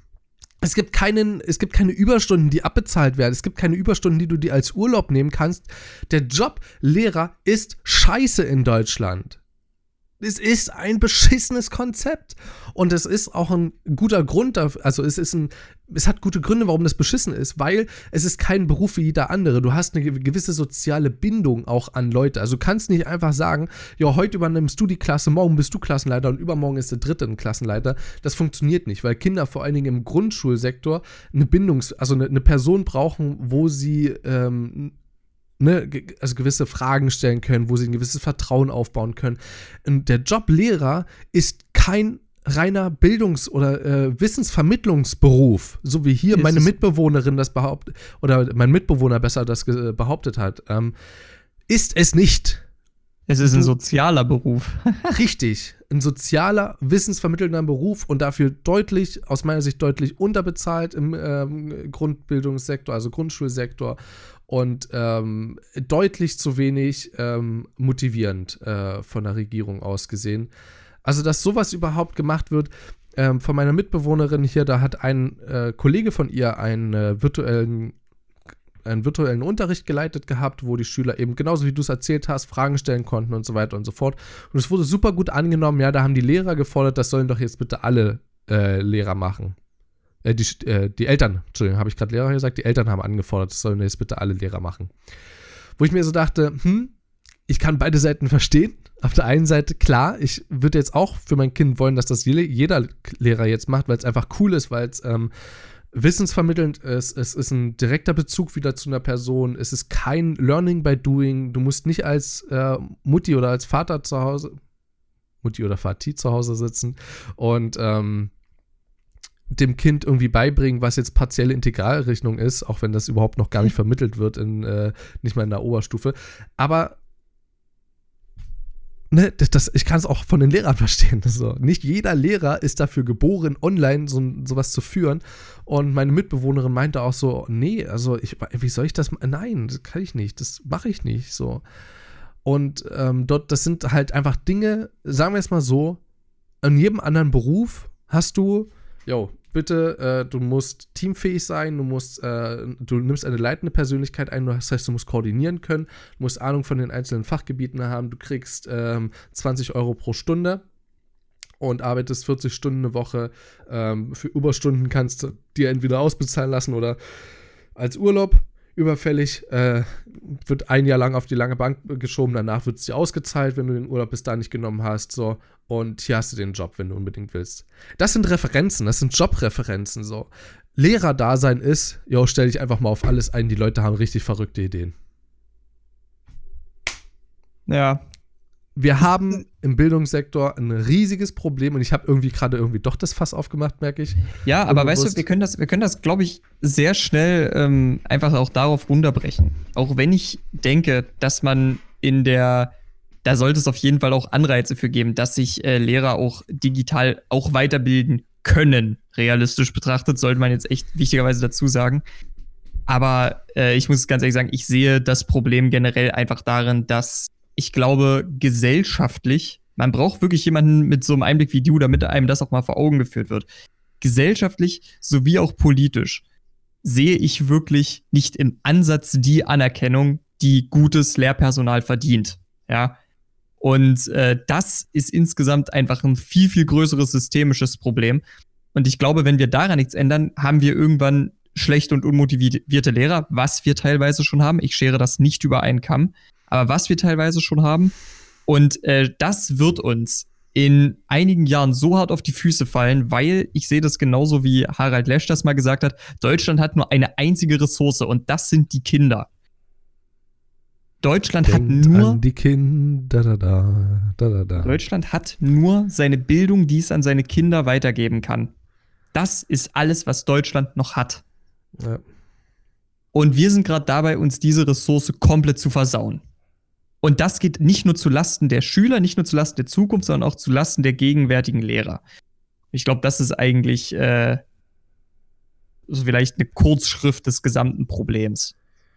Es gibt keinen, es gibt keine Überstunden, die abbezahlt werden. Es gibt keine Überstunden, die du dir als Urlaub nehmen kannst. Der Job Lehrer ist scheiße in Deutschland. Es ist ein beschissenes Konzept. Und es ist auch ein guter Grund dafür, also es ist ein, es hat gute Gründe, warum das beschissen ist, weil es ist kein Beruf wie jeder andere. Du hast eine gewisse soziale Bindung auch an Leute. Also du kannst nicht einfach sagen, ja, heute übernimmst du die Klasse, morgen bist du Klassenleiter und übermorgen ist der dritte ein Klassenleiter. Das funktioniert nicht, weil Kinder vor allen Dingen im Grundschulsektor eine Bindungs-, also eine, eine Person brauchen, wo sie ähm, Ne, also gewisse Fragen stellen können, wo sie ein gewisses Vertrauen aufbauen können. Und der Job Lehrer ist kein reiner Bildungs- oder äh, Wissensvermittlungsberuf, so wie hier Ist meine es- Mitbewohnerin das behauptet, oder mein Mitbewohner besser das ge- behauptet hat. Ähm, ist es nicht. Es ist ein Du- sozialer Beruf. Richtig. Ein sozialer, wissensvermittelnder Beruf und dafür deutlich, aus meiner Sicht deutlich unterbezahlt im ähm, Grundbildungssektor, also Grundschulsektor und ähm, deutlich zu wenig ähm, motivierend äh, von der Regierung aus gesehen. Also, dass sowas überhaupt gemacht wird, ähm, von meiner Mitbewohnerin hier, da hat ein äh, Kollege von ihr einen äh, virtuellen einen virtuellen Unterricht geleitet gehabt, wo die Schüler eben genauso wie du es erzählt hast, Fragen stellen konnten und so weiter und so fort. Und es wurde super gut angenommen. Ja, da haben die Lehrer gefordert, das sollen doch jetzt bitte alle äh, Lehrer machen. Äh, die, äh, die Eltern, Entschuldigung, habe ich gerade Lehrer gesagt? Die Eltern haben angefordert, das sollen jetzt bitte alle Lehrer machen. Wo ich mir so dachte, hm, ich kann beide Seiten verstehen. Auf der einen Seite, klar, ich würde jetzt auch für mein Kind wollen, dass das jeder Lehrer jetzt macht, weil es einfach cool ist, weil es ähm, wissensvermittelnd ist, es ist ein direkter Bezug wieder zu einer Person, es ist kein Learning by Doing, du musst nicht als äh, Mutti oder als Vater zu Hause, Mutti oder Vati zu Hause sitzen und ähm, dem Kind irgendwie beibringen, was jetzt partielle Integralrechnung ist, auch wenn das überhaupt noch gar nicht vermittelt wird, in, äh, nicht mal in der Oberstufe, aber Ne, das, das, ich kann es auch von den Lehrern verstehen. So. Nicht jeder Lehrer ist dafür geboren, online so, sowas zu führen. Und meine Mitbewohnerin meinte auch so, nee, also ich, wie soll ich das? Nein, das kann ich nicht, das mache ich nicht. So. Und ähm, dort, das sind halt einfach Dinge, sagen wir es mal so, in jedem anderen Beruf hast du, jo, bitte, äh, du musst teamfähig sein, du musst, äh, du nimmst eine leitende Persönlichkeit ein, das heißt, du musst koordinieren können, du musst Ahnung von den einzelnen Fachgebieten haben, du kriegst ähm, zwanzig Euro pro Stunde und arbeitest vierzig Stunden eine Woche. Ähm, für Überstunden kannst du dir entweder ausbezahlen lassen oder als Urlaub überfällig, äh, wird ein Jahr lang auf die lange Bank geschoben, danach wird es dir ausgezahlt, wenn du den Urlaub bis dahin nicht genommen hast, so, und hier hast du den Job, wenn du unbedingt willst. Das sind Referenzen, das sind Jobreferenzen, so. Lehrerdasein ist, jo, stell dich einfach mal auf alles ein, die Leute haben richtig verrückte Ideen. Ja. Wir haben im Bildungssektor ein riesiges Problem und ich habe irgendwie gerade irgendwie doch das Fass aufgemacht, merke ich. Ja, aber Unbewusst. weißt du, wir können das, wir können das, glaube ich, sehr schnell ähm, einfach auch darauf runterbrechen. Auch wenn ich denke, dass man in der, da sollte es auf jeden Fall auch Anreize für geben, dass sich äh, Lehrer auch digital auch weiterbilden können. Realistisch betrachtet, sollte man jetzt echt wichtigerweise dazu sagen. Aber äh, ich muss ganz ehrlich sagen, ich sehe das Problem generell einfach darin, dass ich glaube, gesellschaftlich, man braucht wirklich jemanden mit so einem Einblick wie du, damit einem das auch mal vor Augen geführt wird. Gesellschaftlich sowie auch politisch sehe ich wirklich nicht im Ansatz die Anerkennung, die gutes Lehrpersonal verdient. Ja. Und äh, das ist insgesamt einfach ein viel, viel größeres systemisches Problem. Und ich glaube, wenn wir daran nichts ändern, haben wir irgendwann schlechte und unmotivierte Lehrer, was wir teilweise schon haben. Ich schere das nicht über einen Kamm. Aber was wir teilweise schon haben, und äh, das wird uns in einigen Jahren so hart auf die Füße fallen, weil ich sehe das genauso wie Harald Lesch das mal gesagt hat, Deutschland hat nur eine einzige Ressource und das sind die Kinder. Deutschland Denkt hat nur an die Kinder, da, da, da, da, da. Deutschland hat nur seine Bildung, die es an seine Kinder weitergeben kann. Das ist alles, was Deutschland noch hat. Ja. Und wir sind gerade dabei, uns diese Ressource komplett zu versauen. Und das geht nicht nur zu Lasten der Schüler, nicht nur zu Lasten der Zukunft, sondern auch zu Lasten der gegenwärtigen Lehrer. Ich glaube, das ist eigentlich äh, so vielleicht eine Kurzschrift des gesamten Problems.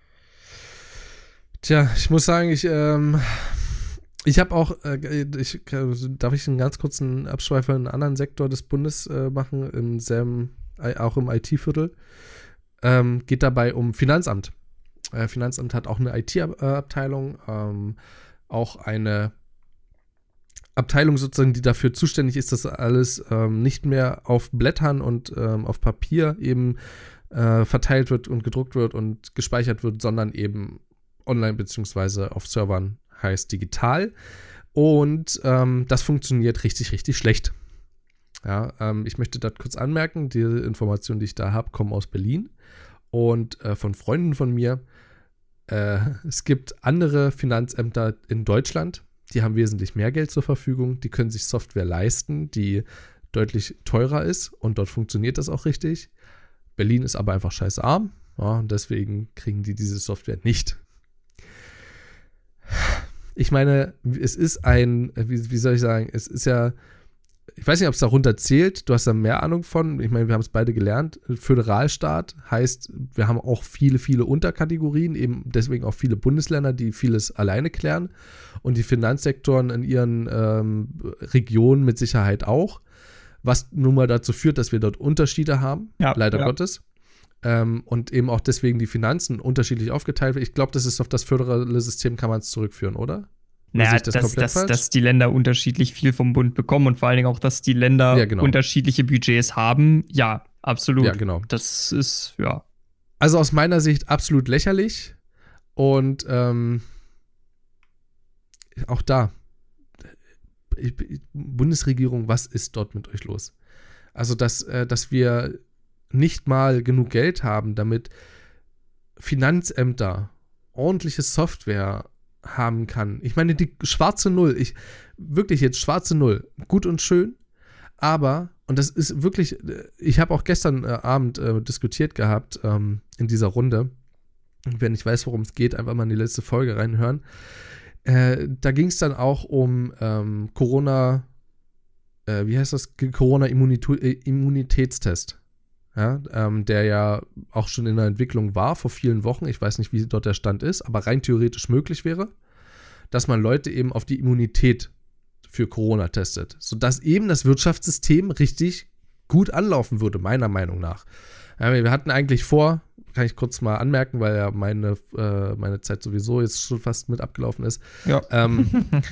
Tja, ich muss sagen, ich, ähm, ich habe auch, äh, ich, darf ich einen ganz kurzen Abschweif in einen anderen Sektor des Bundes äh, machen, im selben, auch im I T-Viertel. Ähm, geht dabei um Finanzamt. Äh, Finanzamt hat auch eine I T-Abteilung, ähm, auch eine Abteilung sozusagen, die dafür zuständig ist, dass alles ähm, nicht mehr auf Blättern und ähm, auf Papier eben äh, verteilt wird und gedruckt wird und gespeichert wird, sondern eben online beziehungsweise auf Servern, heißt digital. Und ähm, das funktioniert richtig, richtig schlecht. Ja, ähm, ich möchte das kurz anmerken, die Informationen, die ich da habe, kommen aus Berlin und äh, von Freunden von mir. Äh, es gibt andere Finanzämter in Deutschland, die haben wesentlich mehr Geld zur Verfügung, die können sich Software leisten, die deutlich teurer ist und dort funktioniert das auch richtig. Berlin ist aber einfach scheiße arm, ja, und deswegen kriegen die diese Software nicht. Ich meine, es ist ein, wie, wie soll ich sagen, es ist ja, ich weiß nicht, ob es darunter zählt, du hast da mehr Ahnung von, ich meine, wir haben es beide gelernt, Föderalstaat heißt, wir haben auch viele, viele Unterkategorien, eben deswegen auch viele Bundesländer, die vieles alleine klären und die Finanzsektoren in ihren ähm, Regionen mit Sicherheit auch, was nun mal dazu führt, dass wir dort Unterschiede haben, ja, leider ja. Gottes. Ähm, und eben auch deswegen die Finanzen unterschiedlich aufgeteilt werden. Ich glaube, das ist auf das föderale System, kann man es zurückführen, oder? Oder Naja, das dass, dass, dass die Länder unterschiedlich viel vom Bund bekommen und vor allen Dingen auch, dass die Länder ja, genau. unterschiedliche Budgets haben. Ja, absolut. Ja, genau. Das ist, ja. Also aus meiner Sicht absolut lächerlich. Und ähm, auch da, Bundesregierung, was ist dort mit euch los? Also, dass, äh, dass wir nicht mal genug Geld haben, damit Finanzämter ordentliche Software haben kann. Ich meine, die schwarze Null, ich wirklich jetzt schwarze Null, gut und schön, aber, und das ist wirklich, ich habe auch gestern äh, Abend äh, diskutiert gehabt ähm, in dieser Runde, wenn ich weiß, worum es geht, einfach mal in die letzte Folge reinhören. Äh, da ging es dann auch um ähm, Corona, äh, wie heißt das, Corona-Immunitätstest. Ja, ähm, der ja auch schon in der Entwicklung war vor vielen Wochen. Ich weiß nicht, wie dort der Stand ist, aber rein theoretisch möglich wäre, dass man Leute eben auf die Immunität für Corona testet, sodass eben das Wirtschaftssystem richtig gut anlaufen würde, meiner Meinung nach. Ja, wir hatten eigentlich vor, kann ich kurz mal anmerken, weil ja meine, äh, meine Zeit sowieso jetzt schon fast mit abgelaufen ist. Ja. Ähm,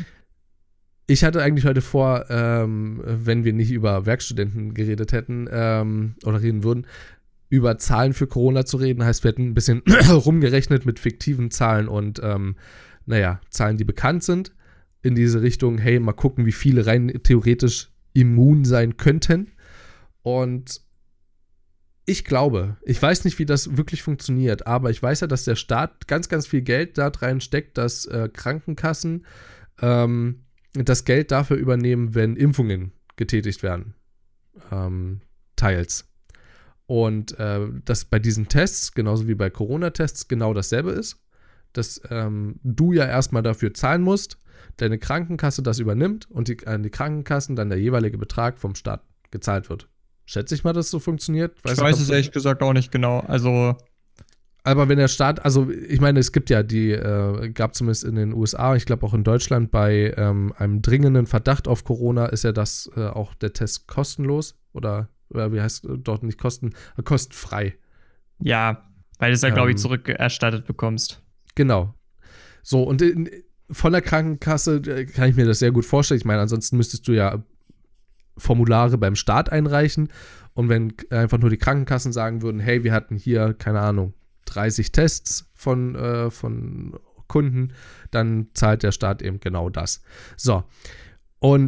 Ich hatte eigentlich heute vor, ähm, wenn wir nicht über Werkstudenten geredet hätten ähm, oder reden würden, über Zahlen für Corona zu reden. Heißt, wir hätten ein bisschen rumgerechnet mit fiktiven Zahlen und, ähm, naja, Zahlen, die bekannt sind. In diese Richtung, hey, mal gucken, wie viele rein theoretisch immun sein könnten. Und ich glaube, ich weiß nicht, wie das wirklich funktioniert, aber ich weiß ja, dass der Staat ganz, ganz viel Geld da rein steckt, dass äh, Krankenkassen ähm, das Geld dafür übernehmen, wenn Impfungen getätigt werden. Ähm, teils. Und äh, dass bei diesen Tests, genauso wie bei Corona-Tests, genau dasselbe ist. Dass ähm, du ja erstmal dafür zahlen musst, deine Krankenkasse das übernimmt und die, an die Krankenkassen dann der jeweilige Betrag vom Staat gezahlt wird. Schätze ich mal, dass es so funktioniert. Weiß ich weiß es ehrlich gesagt auch nicht genau. Also Aber wenn der Staat, also ich meine, es gibt ja die, äh, gab zumindest in den U S A, ich glaube auch in Deutschland, bei ähm, einem dringenden Verdacht auf Corona ist ja das äh, auch der Test kostenlos oder, oder wie heißt dort nicht kosten, äh, kostenfrei. Ja, weil du es ja, ähm, glaube ich, zurückerstattet bekommst. Genau. So, und in, von der Krankenkasse äh, kann ich mir das sehr gut vorstellen. Ich meine, ansonsten müsstest du ja Formulare beim Staat einreichen und wenn einfach nur die Krankenkassen sagen würden, hey, wir hatten hier, keine Ahnung, dreißig Tests von, äh, von Kunden, dann zahlt der Staat eben genau das. So, und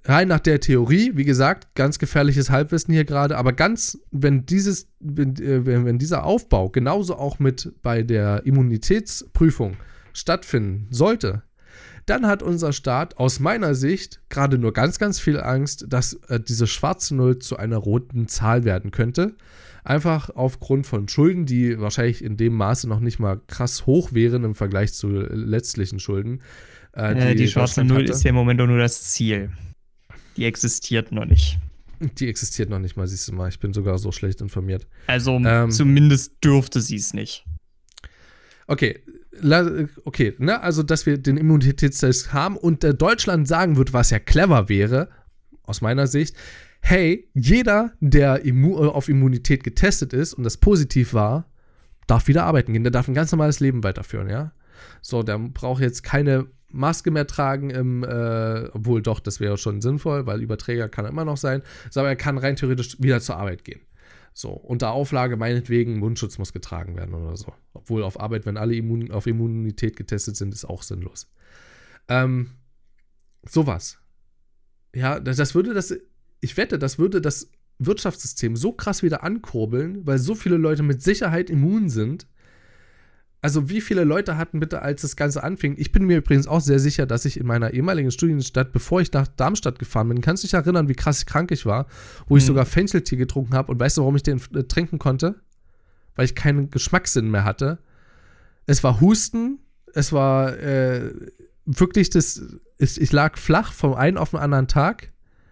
rein nach der Theorie, wie gesagt, ganz gefährliches Halbwissen hier gerade, aber ganz, wenn dieses, wenn, äh, wenn, wenn dieser Aufbau genauso auch mit bei der Immunitätsprüfung stattfinden sollte, dann hat unser Staat aus meiner Sicht gerade nur ganz, ganz viel Angst, dass äh, diese schwarze Null zu einer roten Zahl werden könnte. Einfach aufgrund von Schulden, die wahrscheinlich in dem Maße noch nicht mal krass hoch wären im Vergleich zu letztlichen Schulden. Äh, die, äh, die schwarze Null ist ja im Moment auch nur das Ziel. Die existiert noch nicht. Die existiert noch nicht mal, siehst du mal. Ich bin sogar so schlecht informiert. Also ähm, zumindest dürfte sie es nicht. Okay, okay, ne, also dass wir den Immunitätstest haben und äh, Deutschland sagen wird, was ja clever wäre, aus meiner Sicht, hey, jeder, der immu- auf Immunität getestet ist und das positiv war, darf wieder arbeiten gehen, der darf ein ganz normales Leben weiterführen, ja. So, der braucht jetzt keine Maske mehr tragen, im, äh, obwohl doch, das wäre schon sinnvoll, weil Überträger kann er immer noch sein, aber er kann rein theoretisch wieder zur Arbeit gehen. So, unter Auflage meinetwegen, Mundschutz muss getragen werden oder so. Obwohl auf Arbeit, wenn alle Immun- auf Immunität getestet sind, ist auch sinnlos. Ähm, sowas. Ja, das, das würde das, ich wette, das würde das Wirtschaftssystem so krass wieder ankurbeln, weil so viele Leute mit Sicherheit immun sind. Also wie viele Leute hatten bitte, als das Ganze anfing? Ich bin mir übrigens auch sehr sicher, dass ich in meiner ehemaligen Studienstadt, bevor ich nach Darmstadt gefahren bin, kannst du dich erinnern, wie krass krank ich war, wo ich mhm. sogar Fencheltee getrunken habe und weißt du, warum ich den äh, trinken konnte? Weil ich keinen Geschmackssinn mehr hatte. Es war Husten, es war äh, wirklich das, ich, ich lag flach vom einen auf den anderen Tag.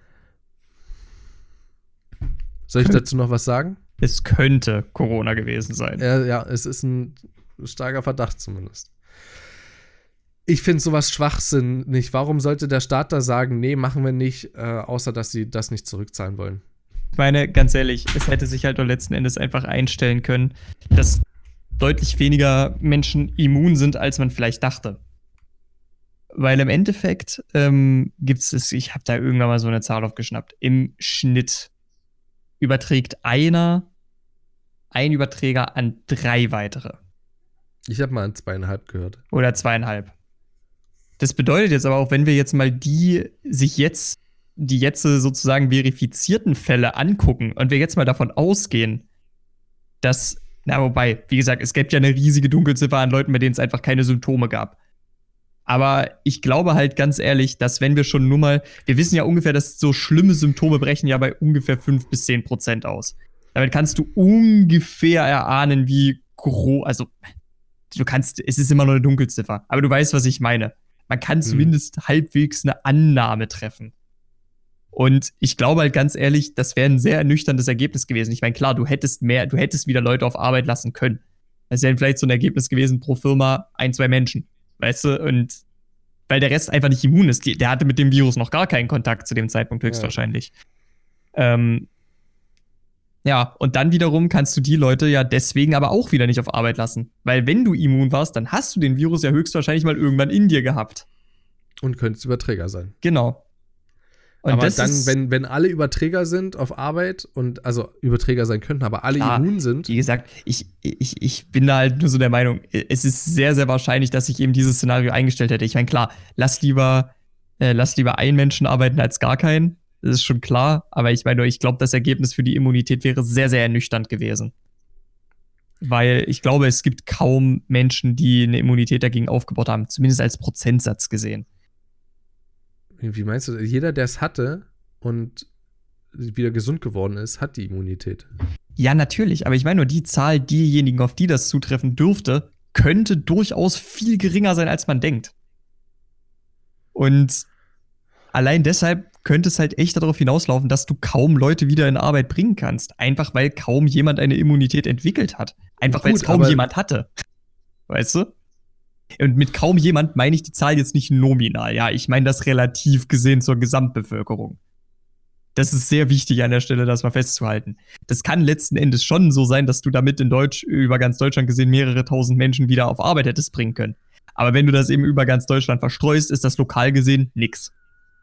Soll ich dazu noch was sagen? Es könnte Corona gewesen sein. Ja, ja, es ist ein starker Verdacht zumindest. Ich finde sowas schwachsinnig. Warum sollte der Staat da sagen, nee, machen wir nicht, äh, außer dass sie das nicht zurückzahlen wollen? Ich meine, ganz ehrlich, es hätte sich halt doch letzten Endes einfach einstellen können, dass deutlich weniger Menschen immun sind, als man vielleicht dachte. Weil im Endeffekt ähm, gibt es, ich habe da irgendwann mal so eine Zahl aufgeschnappt, im Schnitt überträgt einer, ein Überträger an drei weitere. Ich habe mal an zweieinhalb gehört. Oder zweieinhalb. Das bedeutet jetzt aber auch, wenn wir jetzt mal die sich jetzt, die jetzt sozusagen verifizierten Fälle angucken und wir jetzt mal davon ausgehen, dass, na wobei, wie gesagt, es gibt ja eine riesige Dunkelziffer an Leuten, bei denen es einfach keine Symptome gab. Aber ich glaube halt ganz ehrlich, dass wenn wir schon nur mal, wir wissen ja ungefähr, dass so schlimme Symptome brechen ja bei ungefähr fünf bis zehn Prozent aus. Damit kannst du ungefähr erahnen, wie groß, also du kannst, es ist immer nur eine Dunkelziffer, aber du weißt, was ich meine. Man kann zumindest hm. halbwegs eine Annahme treffen. Und ich glaube halt ganz ehrlich, das wäre ein sehr ernüchterndes Ergebnis gewesen. Ich meine, klar, du hättest mehr, du hättest wieder Leute auf Arbeit lassen können. Das wäre vielleicht so ein Ergebnis gewesen pro Firma, ein, zwei Menschen. Weißt du? Und weil der Rest einfach nicht immun ist. Die, der hatte mit dem Virus noch gar keinen Kontakt zu dem Zeitpunkt höchstwahrscheinlich. Ja. Ähm, ja, und dann wiederum kannst du die Leute ja deswegen aber auch wieder nicht auf Arbeit lassen. Weil wenn du immun warst, dann hast du den Virus ja höchstwahrscheinlich mal irgendwann in dir gehabt. Und könntest Überträger sein. Genau. Und aber das dann, ist, wenn, wenn alle Überträger sind auf Arbeit und also Überträger sein könnten, aber alle klar, immun sind. Wie gesagt, ich, ich, ich bin da halt nur so der Meinung, es ist sehr, sehr wahrscheinlich, dass ich eben dieses Szenario eingestellt hätte. Ich meine, klar, lass lieber, äh, lass lieber einen Menschen arbeiten als gar keinen. Das ist schon klar. Aber ich meine, ich glaube, das Ergebnis für die Immunität wäre sehr, sehr ernüchternd gewesen. Weil ich glaube, es gibt kaum Menschen, die eine Immunität dagegen aufgebaut haben. Zumindest als Prozentsatz gesehen. Wie meinst du, jeder, der es hatte und wieder gesund geworden ist, hat die Immunität? Ja, natürlich. Aber ich meine nur, die Zahl diejenigen, auf die das zutreffen dürfte, könnte durchaus viel geringer sein, als man denkt. Und allein deshalb könnte es halt echt darauf hinauslaufen, dass du kaum Leute wieder in Arbeit bringen kannst. Einfach, weil kaum jemand eine Immunität entwickelt hat. Einfach, weil es kaum jemand hatte. Weißt du? Und mit kaum jemand meine ich die Zahl jetzt nicht nominal. Ja, ich meine das relativ gesehen zur Gesamtbevölkerung. Das ist sehr wichtig an der Stelle, das mal festzuhalten. Das kann letzten Endes schon so sein, dass du damit in Deutsch, über ganz Deutschland gesehen, mehrere tausend Menschen wieder auf Arbeit hättest bringen können. Aber wenn du das eben über ganz Deutschland verstreust, ist das lokal gesehen nix.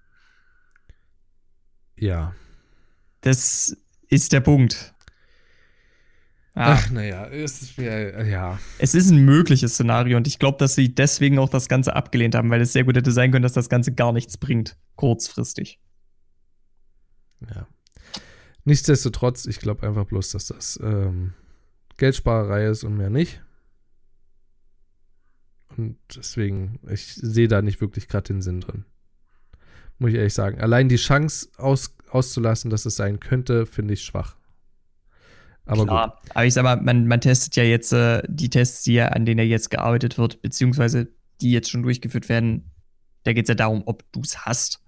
Ja. Das ist der Punkt. Ja. Ach, naja, es ist, ja, ja. Es ist ein mögliches Szenario und ich glaube, dass sie deswegen auch das Ganze abgelehnt haben, weil es sehr gut hätte sein können, dass das Ganze gar nichts bringt, kurzfristig. Ja. Nichtsdestotrotz, ich glaube einfach bloß, dass das ähm, Geldsparerei ist und mehr nicht. Und deswegen, ich sehe da nicht wirklich gerade den Sinn drin. Muss ich ehrlich sagen. Allein die Chance aus, auszulassen, dass es sein könnte, finde ich schwach. Aber Klar, gut. aber ich sag mal, man, man testet ja jetzt äh, die Tests, die ja, an denen ja jetzt gearbeitet wird, beziehungsweise die jetzt schon durchgeführt werden, da geht es ja darum, ob du es hast.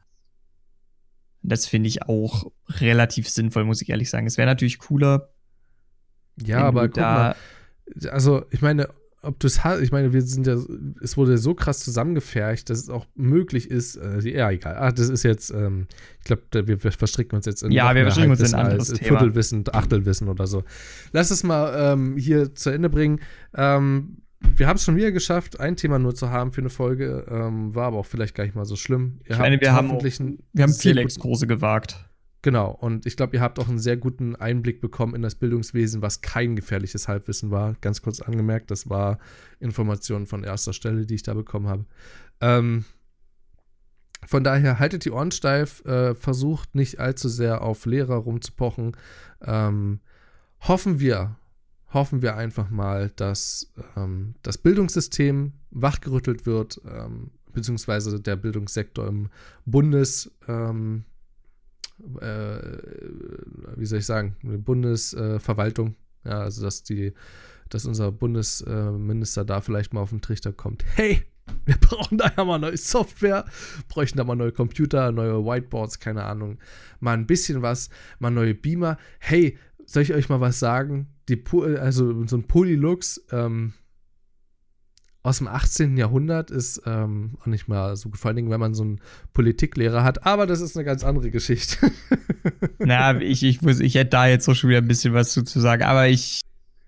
Das finde ich auch relativ sinnvoll, muss ich ehrlich sagen. Es wäre natürlich cooler. Ja, aber guck da mal, also ich meine, ob du es hast, ich meine, wir sind ja, es wurde so krass zusammengefercht, dass es auch möglich ist, äh, ja, egal. Ah, das ist jetzt, ähm, ich glaube, wir, wir verstricken uns jetzt in Ja, wir verstricken uns in ein anderes Thema. Viertelwissen, Achtelwissen oder so. Lass es mal ähm, hier zu Ende bringen. Ähm, wir haben es schon wieder geschafft, ein Thema nur zu haben für eine Folge, ähm, war aber auch vielleicht gar nicht mal so schlimm. Ihr ich meine, wir haben, auch, wir haben viele guten, Exkurse gewagt. Genau, und ich glaube, ihr habt auch einen sehr guten Einblick bekommen in das Bildungswesen, was kein gefährliches Halbwissen war. Ganz kurz angemerkt, das war Information von erster Stelle, die ich da bekommen habe. Ähm, von daher haltet die Ohren steif, äh, versucht nicht allzu sehr auf Lehrer rumzupochen. Ähm, hoffen wir, hoffen wir einfach mal, dass ähm, das Bildungssystem wachgerüttelt wird, ähm, beziehungsweise der Bildungssektor im Bundes ähm, Äh, wie soll ich sagen, Bundesverwaltung, äh, ja, also dass die, dass unser Bundesminister äh, da vielleicht mal auf den Trichter kommt. Hey, wir brauchen da ja mal neue Software, bräuchten da mal neue Computer, neue Whiteboards, keine Ahnung, mal ein bisschen was, mal neue Beamer. Hey, soll ich euch mal was sagen? Die, also so ein Polylux, ähm, aus dem achtzehnten Jahrhundert ist ähm, auch nicht mal so gut, vor allen Dingen, wenn man so einen Politiklehrer hat, aber das ist eine ganz andere Geschichte. Na, ich, ich, muss, ich hätte da jetzt so schon wieder ein bisschen was zu, zu sagen, aber ich,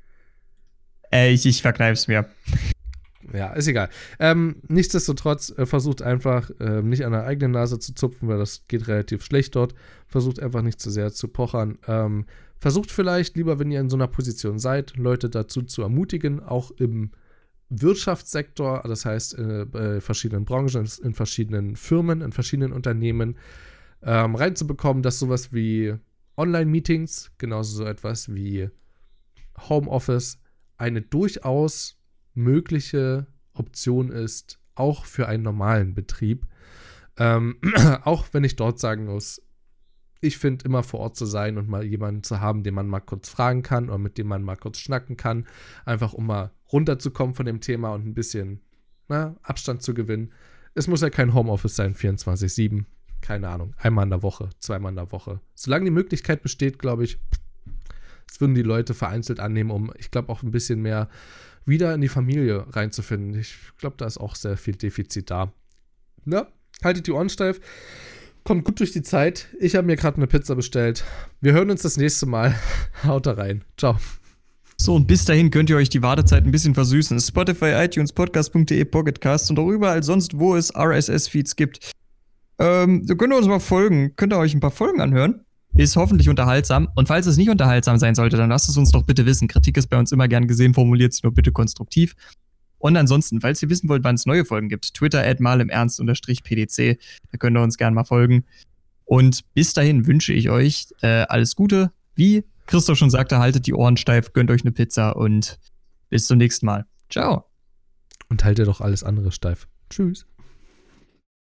äh, ich, ich verkneif's mir. Ja, ist egal. Ähm, nichtsdestotrotz, äh, versucht einfach äh, nicht an der eigenen Nase zu zupfen, weil das geht relativ schlecht dort. Versucht einfach nicht zu sehr zu pochern. Ähm, versucht vielleicht lieber, wenn ihr in so einer Position seid, Leute dazu zu ermutigen, auch im Wirtschaftssektor, das heißt äh, bei verschiedenen Branchen, in verschiedenen Firmen, in verschiedenen Unternehmen ähm, reinzubekommen, dass sowas wie Online-Meetings, genauso so etwas wie Homeoffice eine durchaus mögliche Option ist, auch für einen normalen Betrieb. Ähm, auch wenn ich dort sagen muss, ich finde immer vor Ort zu sein und mal jemanden zu haben, den man mal kurz fragen kann oder mit dem man mal kurz schnacken kann, einfach um mal runterzukommen von dem Thema und ein bisschen na, Abstand zu gewinnen. Es muss ja kein Homeoffice sein, vierundzwanzig sieben, keine Ahnung, einmal in der Woche, zweimal in der Woche. Solange die Möglichkeit besteht, glaube ich, das würden die Leute vereinzelt annehmen, um, ich glaube, auch ein bisschen mehr wieder in die Familie reinzufinden. Ich glaube, da ist auch sehr viel Defizit da. Na, haltet die Ohren steif. Kommt gut durch die Zeit. Ich habe mir gerade eine Pizza bestellt. Wir hören uns das nächste Mal. Haut da rein. Ciao. So, und bis dahin könnt ihr euch die Wartezeit ein bisschen versüßen. Spotify, iTunes, podcast punkt de, Pocketcast und auch überall sonst, wo es R S S-Feeds gibt. Ähm, da könnt ihr uns mal folgen. Könnt ihr euch ein paar Folgen anhören. Ist hoffentlich unterhaltsam. Und falls es nicht unterhaltsam sein sollte, dann lasst es uns doch bitte wissen. Kritik ist bei uns immer gern gesehen, formuliert sie nur bitte konstruktiv. Und ansonsten, falls ihr wissen wollt, wann es neue Folgen gibt, Twitter at mal im Ernst unterstrich P D C, da könnt ihr uns gerne mal folgen. Und bis dahin wünsche ich euch äh, alles Gute. Wie Christoph schon sagte, haltet die Ohren steif, gönnt euch eine Pizza und bis zum nächsten Mal. Ciao. Und haltet doch alles andere steif. Tschüss.